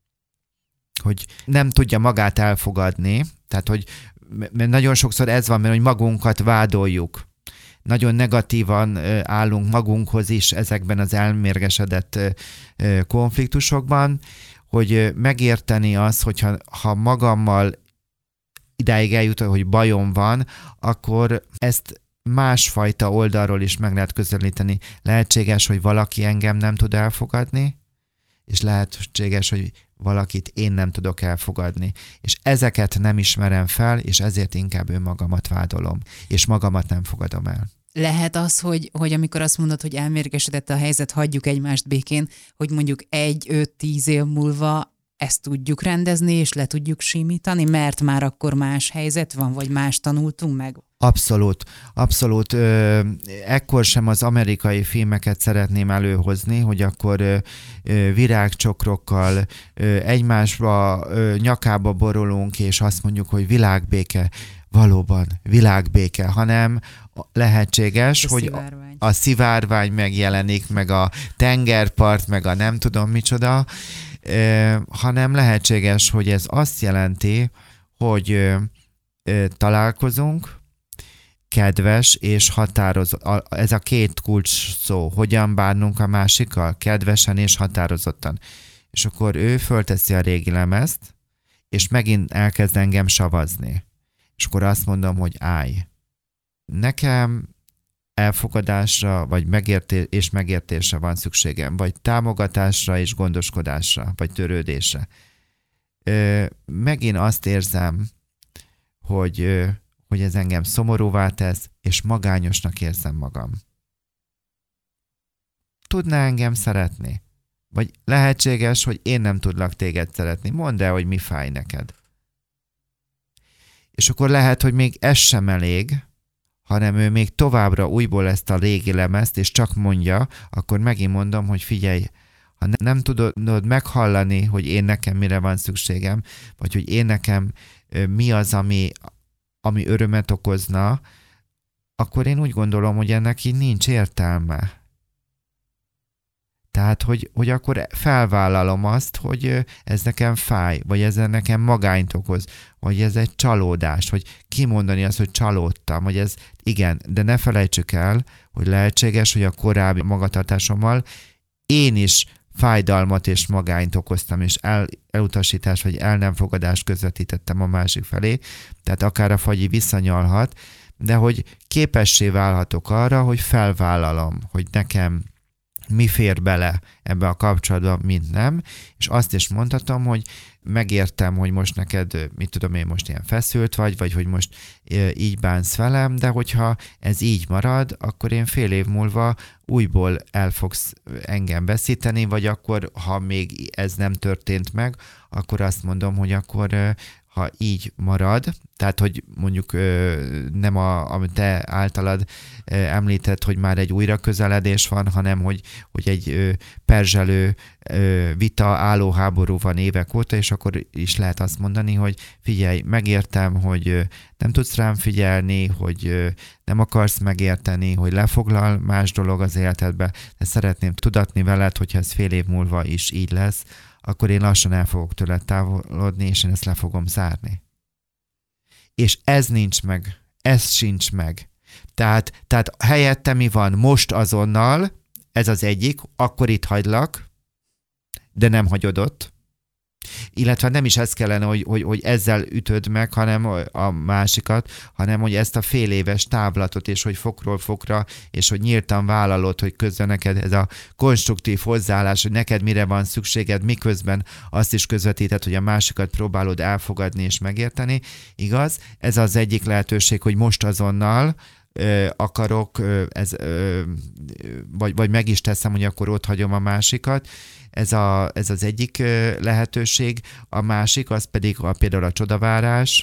hogy nem tudja magát elfogadni, tehát hogy mert nagyon sokszor ez van, mert hogy magunkat vádoljuk. Nagyon negatívan állunk magunkhoz is ezekben az elmérgesedett konfliktusokban, hogy megérteni azt, hogyha ha magammal idáig eljut, hogy bajom van, akkor ezt másfajta oldalról is meg lehet közelíteni. Lehetséges, hogy valaki engem nem tud elfogadni, és lehetséges, hogy valakit én nem tudok elfogadni. És ezeket nem ismerem fel, és ezért inkább önmagamat vádolom, és magamat nem fogadom el. Lehet az, hogy, hogy amikor azt mondod, hogy elmérgesedett a helyzet, hagyjuk egymást békén, hogy mondjuk egy, öt, tíz év múlva ezt tudjuk rendezni, és le tudjuk simítani, mert már akkor más helyzet van, vagy más tanultunk meg? Abszolút, abszolút. Ö, ekkor sem az amerikai filmeket szeretném előhozni, hogy akkor ö, ö, virágcsokrokkal ö, egymásba, ö, nyakába borulunk, és azt mondjuk, hogy világbéke, valóban világbéke, hanem lehetséges, a hogy szivárvány. A, a szivárvány megjelenik, meg a tengerpart, meg a nem tudom micsoda, ö, hanem lehetséges, hogy ez azt jelenti, hogy ö, ö, találkozunk, kedves és határozott. Ez a két kulcs szó. Hogyan bánunk a másikkal? Kedvesen és határozottan. És akkor ő fölteszi a régi lemezt, és megint elkezd engem savazni. És akkor azt mondom, hogy állj. Nekem elfogadásra, vagy megértés és megértésre van szükségem, vagy támogatásra és gondoskodásra, vagy törődésre. Ö, megint azt érzem, hogy ö, hogy ez engem szomorúvá tesz, és magányosnak érzem magam. Tudná engem szeretni? Vagy lehetséges, hogy én nem tudlak téged szeretni. Mondd el, hogy mi fáj neked. És akkor lehet, hogy még ez sem elég, hanem ő még továbbra újból ezt a régi lemezt, és csak mondja, akkor megint mondom, hogy figyelj, ha nem tudod meghallani, hogy én nekem mire van szükségem, vagy hogy én nekem mi az, ami ami örömet okozna, akkor én úgy gondolom, hogy ennek így nincs értelme. Tehát, hogy, hogy akkor felvállalom azt, hogy ez nekem fáj, vagy ez nekem magányt okoz, vagy ez egy csalódás, hogy kimondani azt, hogy csalódtam, hogy ez igen, de ne felejtsük el, hogy lehetséges, hogy a korábbi magatartásommal én is fájdalmat és magányt okoztam, és el, elutasítást vagy el nem fogadást közvetítettem a másik felé, tehát akár a fagyi visszanyalhat, de hogy képessé válhatok arra, hogy felvállalom, hogy nekem mi fér bele ebbe a kapcsolatba, mint nem, és azt is mondhatom, hogy megértem, hogy most neked, mit tudom én, most ilyen feszült vagy, vagy hogy most így bánsz velem, de hogyha ez így marad, akkor én fél év múlva újból el fogsz engem veszíteni, vagy akkor, ha még ez nem történt meg, akkor azt mondom, hogy akkor ha így marad, tehát, hogy mondjuk nem a, amit te általad említett, hogy már egy újra közeledés van, hanem hogy, hogy egy perzselő vita, álló háború van évek óta, és akkor is lehet azt mondani, hogy figyelj, megértem, hogy nem tudsz rám figyelni, hogy nem akarsz megérteni, hogy lefoglal más dolog az életedbe, de szeretném tudatni veled, hogyha ez fél év múlva is így lesz, akkor én lassan el fogok tőled távolodni, és én ezt le fogom zárni. És ez nincs meg, ez sincs meg. Tehát, tehát helyette mi van? Most azonnal, ez az egyik, akkor itt hagylak, de nem hagyod ott. Illetve nem is ez kellene, hogy, hogy, hogy ezzel ütöd meg, hanem a másikat, hanem hogy ezt a fél éves távlatot, és hogy fokról fokra, és hogy nyíltan vállalod, hogy közben neked ez a konstruktív hozzáállás, hogy neked mire van szükséged, miközben azt is közvetíted, hogy a másikat próbálod elfogadni és megérteni. Igaz? Ez az egyik lehetőség, hogy most azonnal ö, akarok, ö, ez, ö, vagy, vagy meg is teszem, hogy akkor ott hagyom a másikat. Ez, a, ez az egyik lehetőség, a másik az pedig a, például a csodavárás.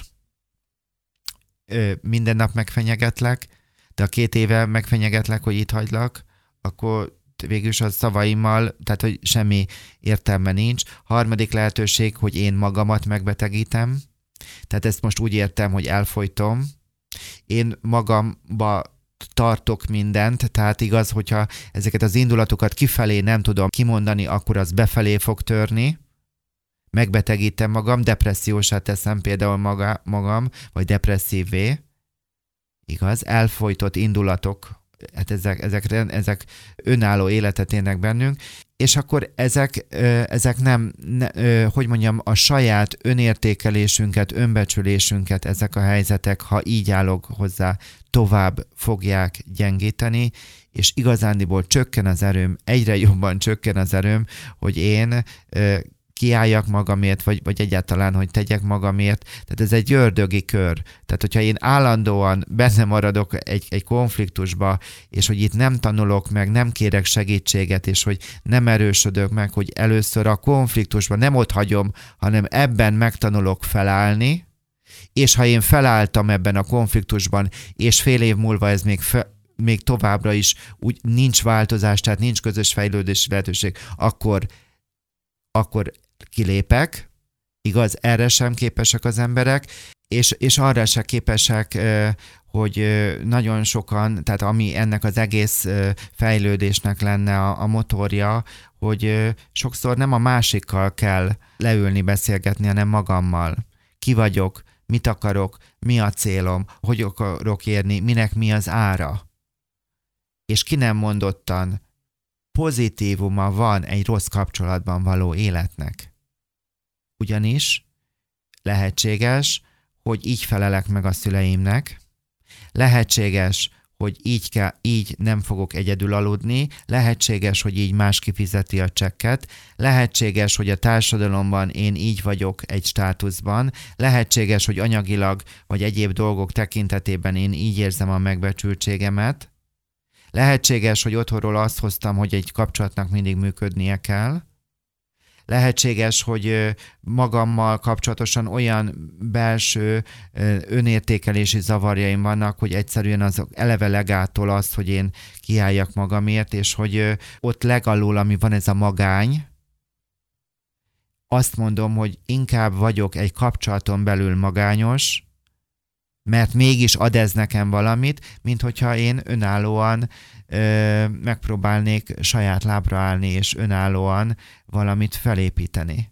Minden nap megfenyegetlek, de a két éve megfenyegetlek, hogy itt hagylak, akkor végülis a szavaimmal, tehát hogy semmi értelme nincs. Harmadik lehetőség, hogy én magamat megbetegítem, Tehát ezt most úgy értem, hogy elfolytom. Én magamba tartok mindent, tehát igaz, hogyha ezeket az indulatokat kifelé nem tudom kimondani, akkor az befelé fog törni. Megbetegítem magam, depressziósá teszem például maga, magam, vagy depresszívvé. Igaz? Elfolytott indulatok, hát ezek, ezek, ezek önálló életet élnek bennünk, és akkor ezek, ezek nem, ne, hogy mondjam, a saját önértékelésünket, önbecsülésünket ezek a helyzetek, ha így állok hozzá, tovább fogják gyengíteni, és igazándiból csökken az erőm, egyre jobban csökken az erőm, hogy én kiálljak magamért, vagy, vagy egyáltalán, hogy tegyek magamért. Tehát ez egy ördögi kör. Tehát, hogyha én állandóan benne maradok egy, egy konfliktusba, és hogy itt nem tanulok meg, nem kérek segítséget, és hogy nem erősödök meg, hogy először a konfliktusban nem ott hagyom, hanem ebben megtanulok felállni, és ha én felálltam ebben a konfliktusban, és fél év múlva ez még fe, még továbbra is úgy nincs változás, tehát nincs közös fejlődési lehetőség, akkor, akkor kilépek, igaz, erre sem képesek az emberek, és, és arra sem képesek, hogy nagyon sokan, tehát ami ennek az egész fejlődésnek lenne a, a motorja, hogy sokszor nem a másikkal kell leülni, beszélgetni, hanem magammal. Ki vagyok, mit akarok, mi a célom, hogy akarok érni, minek mi az ára. És ki nem mondottan pozitívuma van egy rossz kapcsolatban való életnek. Ugyanis lehetséges, hogy így felelek meg a szüleimnek, lehetséges, hogy így, kell, így nem fogok egyedül aludni, lehetséges, hogy így más kifizeti a csekket, lehetséges, hogy a társadalomban én így vagyok egy státuszban, lehetséges, hogy anyagilag vagy egyéb dolgok tekintetében én így érzem a megbecsültségemet, lehetséges, hogy otthonról azt hoztam, hogy egy kapcsolatnak mindig működnie kell. Lehetséges, hogy magammal kapcsolatosan olyan belső önértékelési zavarjaim vannak, hogy egyszerűen azok eleve legától az, hogy én kiálljak magamért, és hogy ott legalul, ami van, ez a magány. Azt mondom, hogy inkább vagyok egy kapcsolaton belül magányos, mert mégis ad ez nekem valamit, mint hogyha én önállóan ö, megpróbálnék saját lábra állni, és önállóan valamit felépíteni.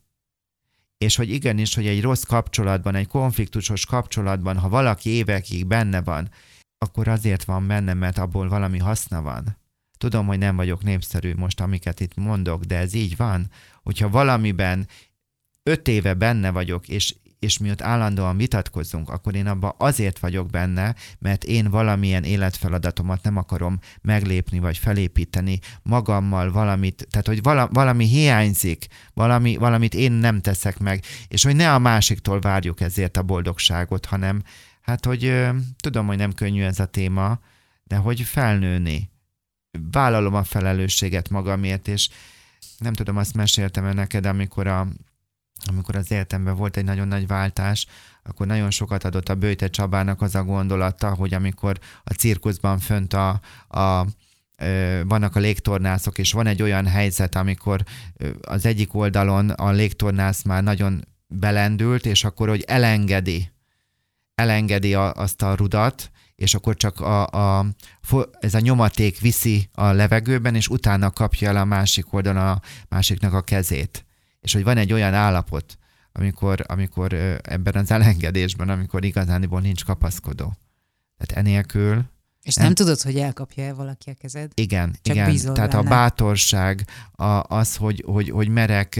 És hogy igenis, hogy egy rossz kapcsolatban, egy konfliktusos kapcsolatban, ha valaki évekig benne van, akkor azért van benne, mert abból valami haszna van. Tudom, hogy nem vagyok népszerű most, amiket itt mondok, de ez így van. Hogyha valamiben öt éve benne vagyok, és és mi ott állandóan vitatkozzunk, akkor én abban azért vagyok benne, mert én valamilyen életfeladatomat nem akarom meglépni, vagy felépíteni magammal valamit, tehát hogy vala, valami hiányzik, valami, valamit én nem teszek meg, és hogy ne a másiktól várjuk ezért a boldogságot, hanem hát, hogy ö, tudom, hogy nem könnyű ez a téma, de hogy felnőni. Vállalom a felelősséget magamért, és nem tudom, azt meséltem el neked, amikor a amikor az életemben volt egy nagyon nagy váltás, akkor nagyon sokat adott a Böjte Csabának az a gondolata, hogy amikor a cirkuszban fönt a, a, ö, vannak a légtornászok, és van egy olyan helyzet, amikor az egyik oldalon a légtornász már nagyon belendült, és akkor, hogy elengedi, elengedi a, azt a rudat, és akkor csak a, a, ez a nyomaték viszi a levegőben, és utána kapja el a másik oldalon a másiknak a kezét. És hogy van egy olyan állapot, amikor, amikor ebben az elengedésben, amikor igazániból nincs kapaszkodó. Tehát enélkül... És nem, nem tudod, hogy elkapja-e valaki a kezed? Igen, Csak igen. Tehát benne. A bátorság, a, az, hogy, hogy, hogy merek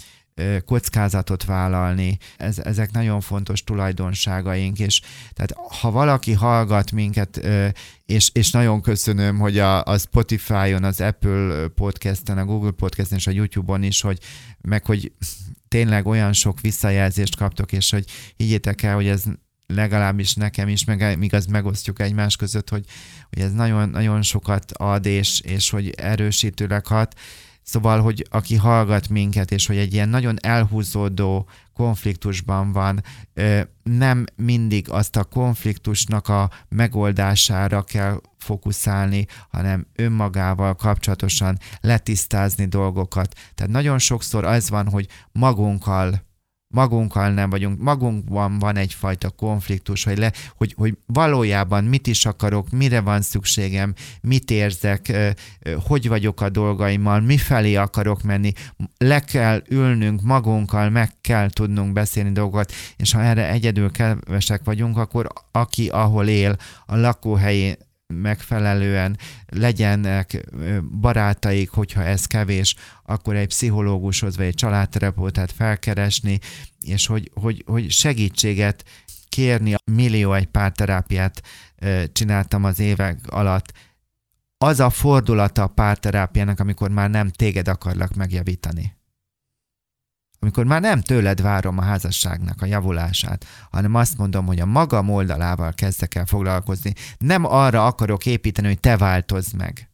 kockázatot vállalni, ez, ezek nagyon fontos tulajdonságaink, és tehát ha valaki hallgat minket, és, és nagyon köszönöm, hogy a, a Spotify-on, az Apple Podcast-en, a Google Podcast-en és a YouTube-on is, hogy meg hogy tényleg olyan sok visszajelzést kaptok, és hogy higgyétek el, hogy ez legalábbis nekem is, meg, míg azt megosztjuk egymás között, hogy, hogy ez nagyon, nagyon sokat ad, és, és hogy erősítőleg hat. Szóval, hogy aki hallgat minket, és hogy egy ilyen nagyon elhúzódó konfliktusban van, nem mindig azt a konfliktusnak a megoldására kell fókuszálni, hanem önmagával kapcsolatosan letisztázni dolgokat. Tehát nagyon sokszor az van, hogy magunkkal magunkkal nem vagyunk, magunkban van egyfajta konfliktus, hogy, le, hogy, hogy valójában mit is akarok, mire van szükségem, mit érzek, hogy vagyok a dolgaimmal, mifelé akarok menni, le kell ülnünk magunkkal, meg kell tudnunk beszélni dolgokat, és ha erre egyedül kevesek vagyunk, akkor aki ahol él, a lakóhelyén megfelelően legyenek barátaik, hogyha ez kevés, akkor egy pszichológushoz vagy egy családterapeutát felkeresni, és hogy, hogy, hogy segítséget kérni. Millió egy párterápiát csináltam az évek alatt. Az a fordulata a párterápiának, amikor már nem téged akarlak megjavítani. Amikor már nem tőled várom a házasságnak a javulását, hanem azt mondom, hogy a magam oldalával kezdek el foglalkozni. Nem arra akarok építeni, hogy te változz meg.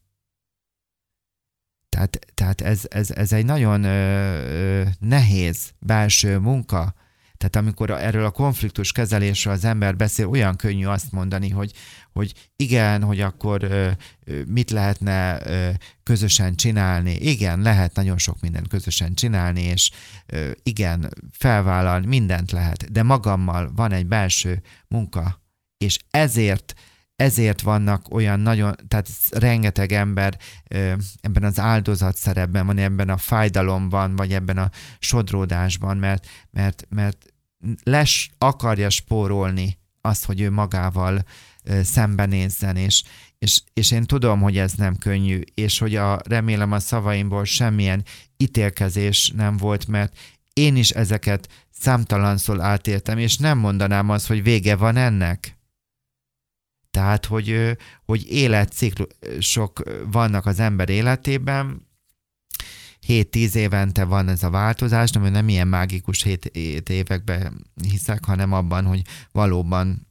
Tehát, tehát ez, ez, ez egy nagyon ö, ö, nehéz belső munka. Tehát amikor erről a konfliktus kezelésről az ember beszél, olyan könnyű azt mondani, hogy, hogy igen, hogy akkor ö, mit lehetne ö, közösen csinálni. Igen, lehet nagyon sok mindent közösen csinálni, és ö, igen, felvállalni, mindent lehet, de magammal van egy belső munka, és ezért Ezért vannak olyan nagyon, tehát rengeteg ember ö, ebben az áldozatszerepben van, ebben a fájdalomban, vagy ebben a sodródásban, mert, mert, mert les akarja spórolni azt, hogy ő magával ö, szembenézzen, és, és, és én tudom, hogy ez nem könnyű, és hogy a, remélem a szavaimból semmilyen ítélkezés nem volt, mert én is ezeket számtalanszor átéltem, és nem mondanám azt, hogy vége van ennek. Tehát, hogy, hogy életciklusok vannak az ember életében, hét-tíz évente van ez a változás, nem, nem ilyen mágikus hét években hiszek, hanem abban, hogy valóban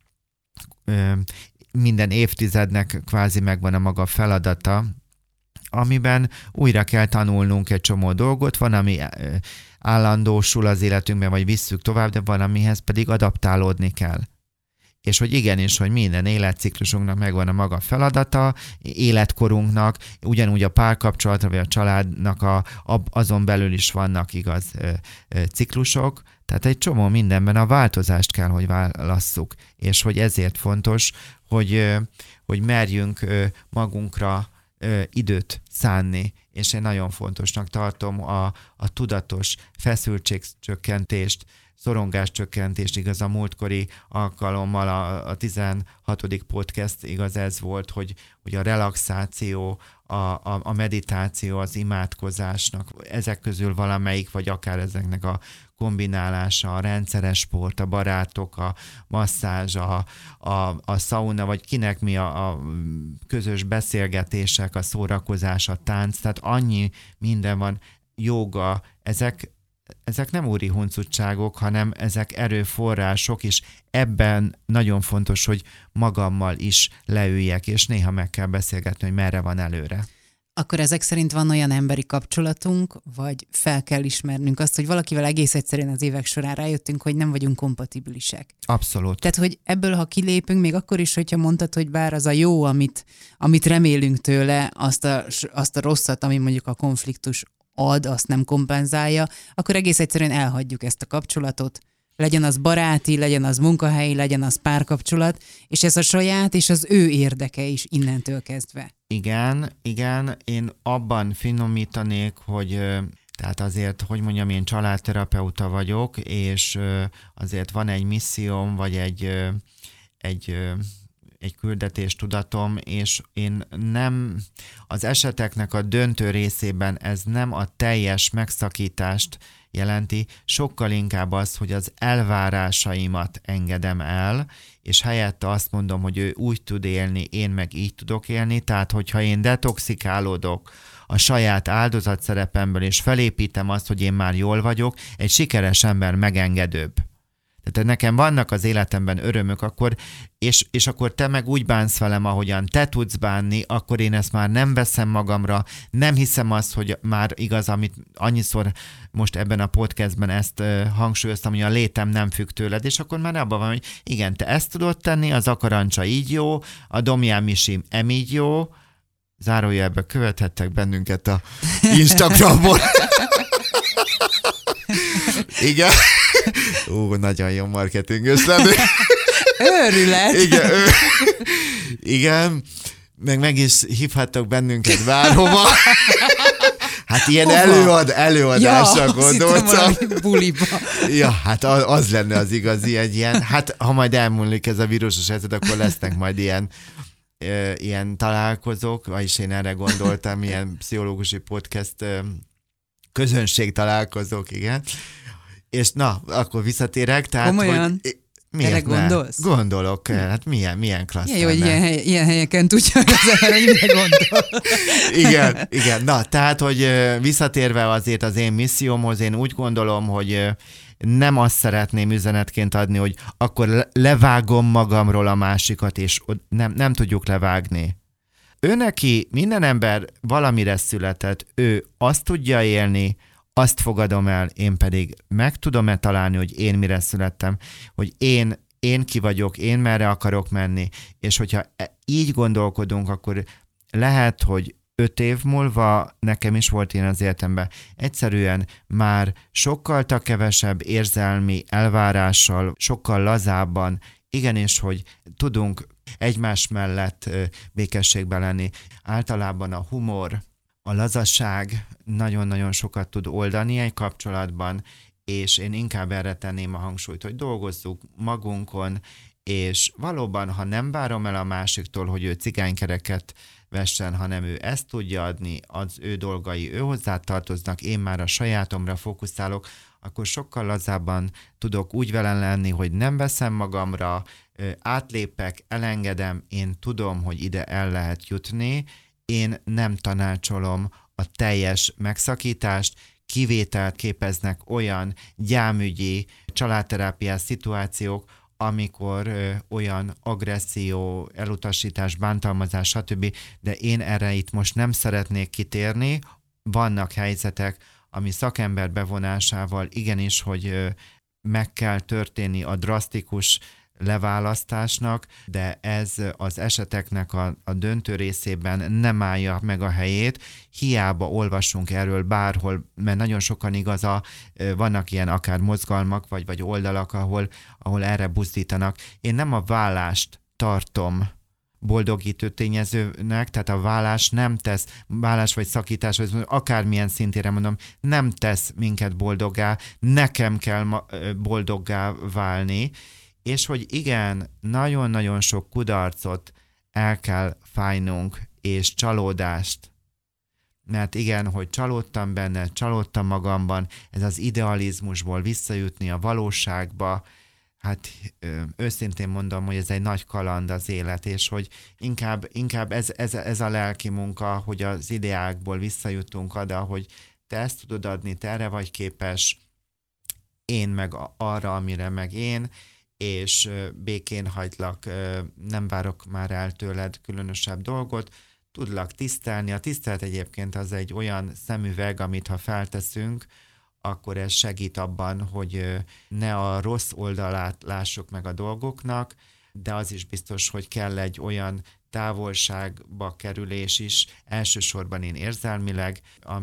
minden évtizednek kvázi megvan a maga feladata, amiben újra kell tanulnunk egy csomó dolgot, van, ami állandósul az életünkben, vagy visszük tovább, de van, amihez pedig adaptálódni kell. És hogy igenis, hogy minden életciklusunknak megvan a maga feladata, életkorunknak, ugyanúgy a párkapcsolatra vagy a családnak a, a, azon belül is vannak igaz ö, ö, ciklusok, tehát egy csomó mindenben a változást kell, hogy válasszuk, és hogy ezért fontos, hogy, ö, hogy merjünk ö, magunkra ö, időt szánni, és én nagyon fontosnak tartom a, a tudatos feszültségcsökkentést, szorongáscsökkentést, igaz, a múltkori alkalommal a, a tizenhatodik podcast, igaz, ez volt, hogy, hogy a relaxáció, a, a, a meditáció, az imádkozásnak, ezek közül valamelyik, vagy akár ezeknek a kombinálása, a rendszeres sport, a barátok, a masszázs, a, a, a szauna, vagy kinek mi a, a közös beszélgetések, a szórakozás, a tánc, tehát annyi minden van, jóga, ezek Ezek nem úri huncutságok, hanem ezek erőforrások, és ebben nagyon fontos, hogy magammal is leüljek, és néha meg kell beszélgetni, hogy merre van előre. Akkor ezek szerint van olyan emberi kapcsolatunk, vagy fel kell ismernünk azt, hogy valakivel egész egyszerűen az évek során rájöttünk, hogy nem vagyunk kompatibilisek. Abszolút. Tehát, hogy ebből, ha kilépünk, még akkor is, hogyha mondtad, hogy bár az a jó, amit, amit remélünk tőle, azt a, azt a rosszat, ami mondjuk a konfliktus ad, azt nem kompenzálja, akkor egész egyszerűen elhagyjuk ezt a kapcsolatot, legyen az baráti, legyen az munkahelyi, legyen az párkapcsolat, és ez a saját és az ő érdeke is innentől kezdve. Igen, igen, én abban finomítanék, hogy tehát azért, hogy mondjam, én családterapeuta vagyok, és azért van egy misszióm, vagy egy, egy egy küldetéstudatom, és én nem, az eseteknek a döntő részében ez nem a teljes megszakítást jelenti, sokkal inkább az, hogy az elvárásaimat engedem el, és helyette azt mondom, hogy ő úgy tud élni, én meg így tudok élni, tehát hogyha én detoxikálódok a saját áldozatszerepemből, és felépítem azt, hogy én már jól vagyok, egy sikeres ember megengedőbb. Tehát nekem vannak az életemben örömök, akkor, és, és akkor te meg úgy bánsz velem, ahogyan te tudsz bánni, akkor én ezt már nem veszem magamra, nem hiszem azt, hogy már igaz, amit annyiszor most ebben a podcastben ezt uh, hangsúlyoztam, hogy a létem nem függ tőled, és akkor már abban van, hogy igen, te ezt tudod tenni, az akarancsa így jó, a Domján Misi emígy jó, zárójelbe követhettek bennünket a Instagramon. Igen. Ó, nagyon jó marketingös lenni. Őrület! Igen, ő... Igen, meg meg is hívhattok bennünket bárhova. Hát ilyen előad, előadásra ja, gondoltam. Buliba. Ja, hát az, az lenne az igazi egy ilyen. Hát ha majd elmúlik ez a vírusos helyzet, akkor lesznek majd ilyen, e, ilyen találkozók, vagyis én erre gondoltam, ilyen pszichológusi podcast e, közönség találkozók, igen. És na, akkor visszatérek. Tehát, komolyan? Hogy, miért erre ne? Gondolsz? Gondolok, hát milyen, milyen klassz. Milyen jó, hogy ilyen, hely, ilyen helyeken tudja az ember, hogy mire gondol. Igen, igen. Na, tehát, hogy visszatérve azért az én missziómhoz, én úgy gondolom, hogy nem azt szeretném üzenetként adni, hogy akkor levágom magamról a másikat, és nem, nem tudjuk levágni. Ő neki, minden ember valamire született, ő azt tudja élni, azt fogadom el, én pedig meg tudom-e találni, hogy én mire születtem, hogy én, én ki vagyok, én merre akarok menni, és hogyha így gondolkodunk, akkor lehet, hogy öt év múlva nekem is volt ilyen az életemben. Egyszerűen már sokkal kevesebb érzelmi elvárással, sokkal lazábban, igenis, hogy tudunk egymás mellett békességben lenni. Általában a humor, a lazasság nagyon-nagyon sokat tud oldani egy kapcsolatban, és én inkább erre tenném a hangsúlyt, hogy dolgozzuk magunkon, és valóban, ha nem várom el a másiktól, hogy ő cigánykereket vessen, hanem ő ezt tudja adni, az ő dolgai, ő hozzá tartoznak, én már a sajátomra fókuszálok, akkor sokkal lazábban tudok úgy vele lenni, hogy nem veszem magamra, átlépek, elengedem, én tudom, hogy ide el lehet jutni, én nem tanácsolom a teljes megszakítást, kivételt képeznek olyan gyámügyi, családterápiás szituációk, amikor ö, olyan agresszió, elutasítás, bántalmazás, stb. De én erre itt most nem szeretnék kitérni. Vannak helyzetek, ami szakember bevonásával igenis, hogy ö, meg kell történni a drasztikus leválasztásnak, de ez az eseteknek a, a döntő részében nem állja meg a helyét. Hiába olvasunk erről bárhol, mert nagyon sokan igaza, vannak ilyen akár mozgalmak, vagy, vagy oldalak, ahol, ahol erre buzdítanak. Én nem a vállást tartom boldogító tényezőnek, tehát a vállás nem tesz, vállás vagy szakítás, vagy akármilyen szintére mondom, nem tesz minket boldoggá, nekem kell boldoggá válni, és hogy igen, nagyon-nagyon sok kudarcot el kell fájnunk, és csalódást. Mert igen, hogy csalódtam benne, csalódtam magamban, ez az idealizmusból visszajutni a valóságba, hát őszintén mondom, hogy ez egy nagy kaland az élet, és hogy inkább, inkább ez, ez, ez a lelki munka, hogy az ideákból visszajutunk oda, hogy te ezt tudod adni, te erre vagy képes, én meg arra, amire meg én, és békén hagylak, nem várok már el tőled különösebb dolgot, tudlak tisztelni. A tisztelet egyébként az egy olyan szemüveg, amit ha felteszünk, akkor ez segít abban, hogy ne a rossz oldalát lássuk meg a dolgoknak, de az is biztos, hogy kell egy olyan távolságba kerülés is, elsősorban én érzelmileg,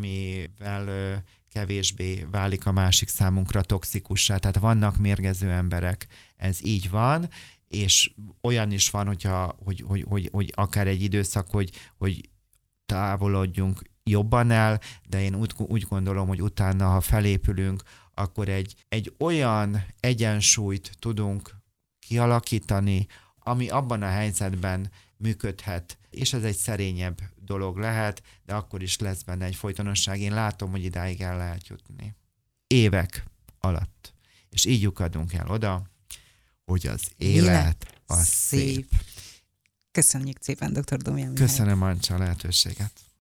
amivel kevésbé válik a másik számunkra toxikussá. Tehát vannak mérgező emberek, ez így van, és olyan is van, hogyha, hogy, hogy, hogy, hogy akár egy időszak, hogy, hogy távolodjunk jobban el, de én úgy, úgy gondolom, hogy utána, ha felépülünk, akkor egy, egy olyan egyensúlyt tudunk kialakítani, ami abban a helyzetben működhet, és ez egy szerényebb dolog lehet, de akkor is lesz benne egy folytonosság. Én látom, hogy idáig el lehet jutni. Évek alatt. És így lyukadunk el oda, hogy az élet, élet az szép. szép. Köszönjük szépen, doktor Domján. Köszönöm, Ancsa, a lehetőséget.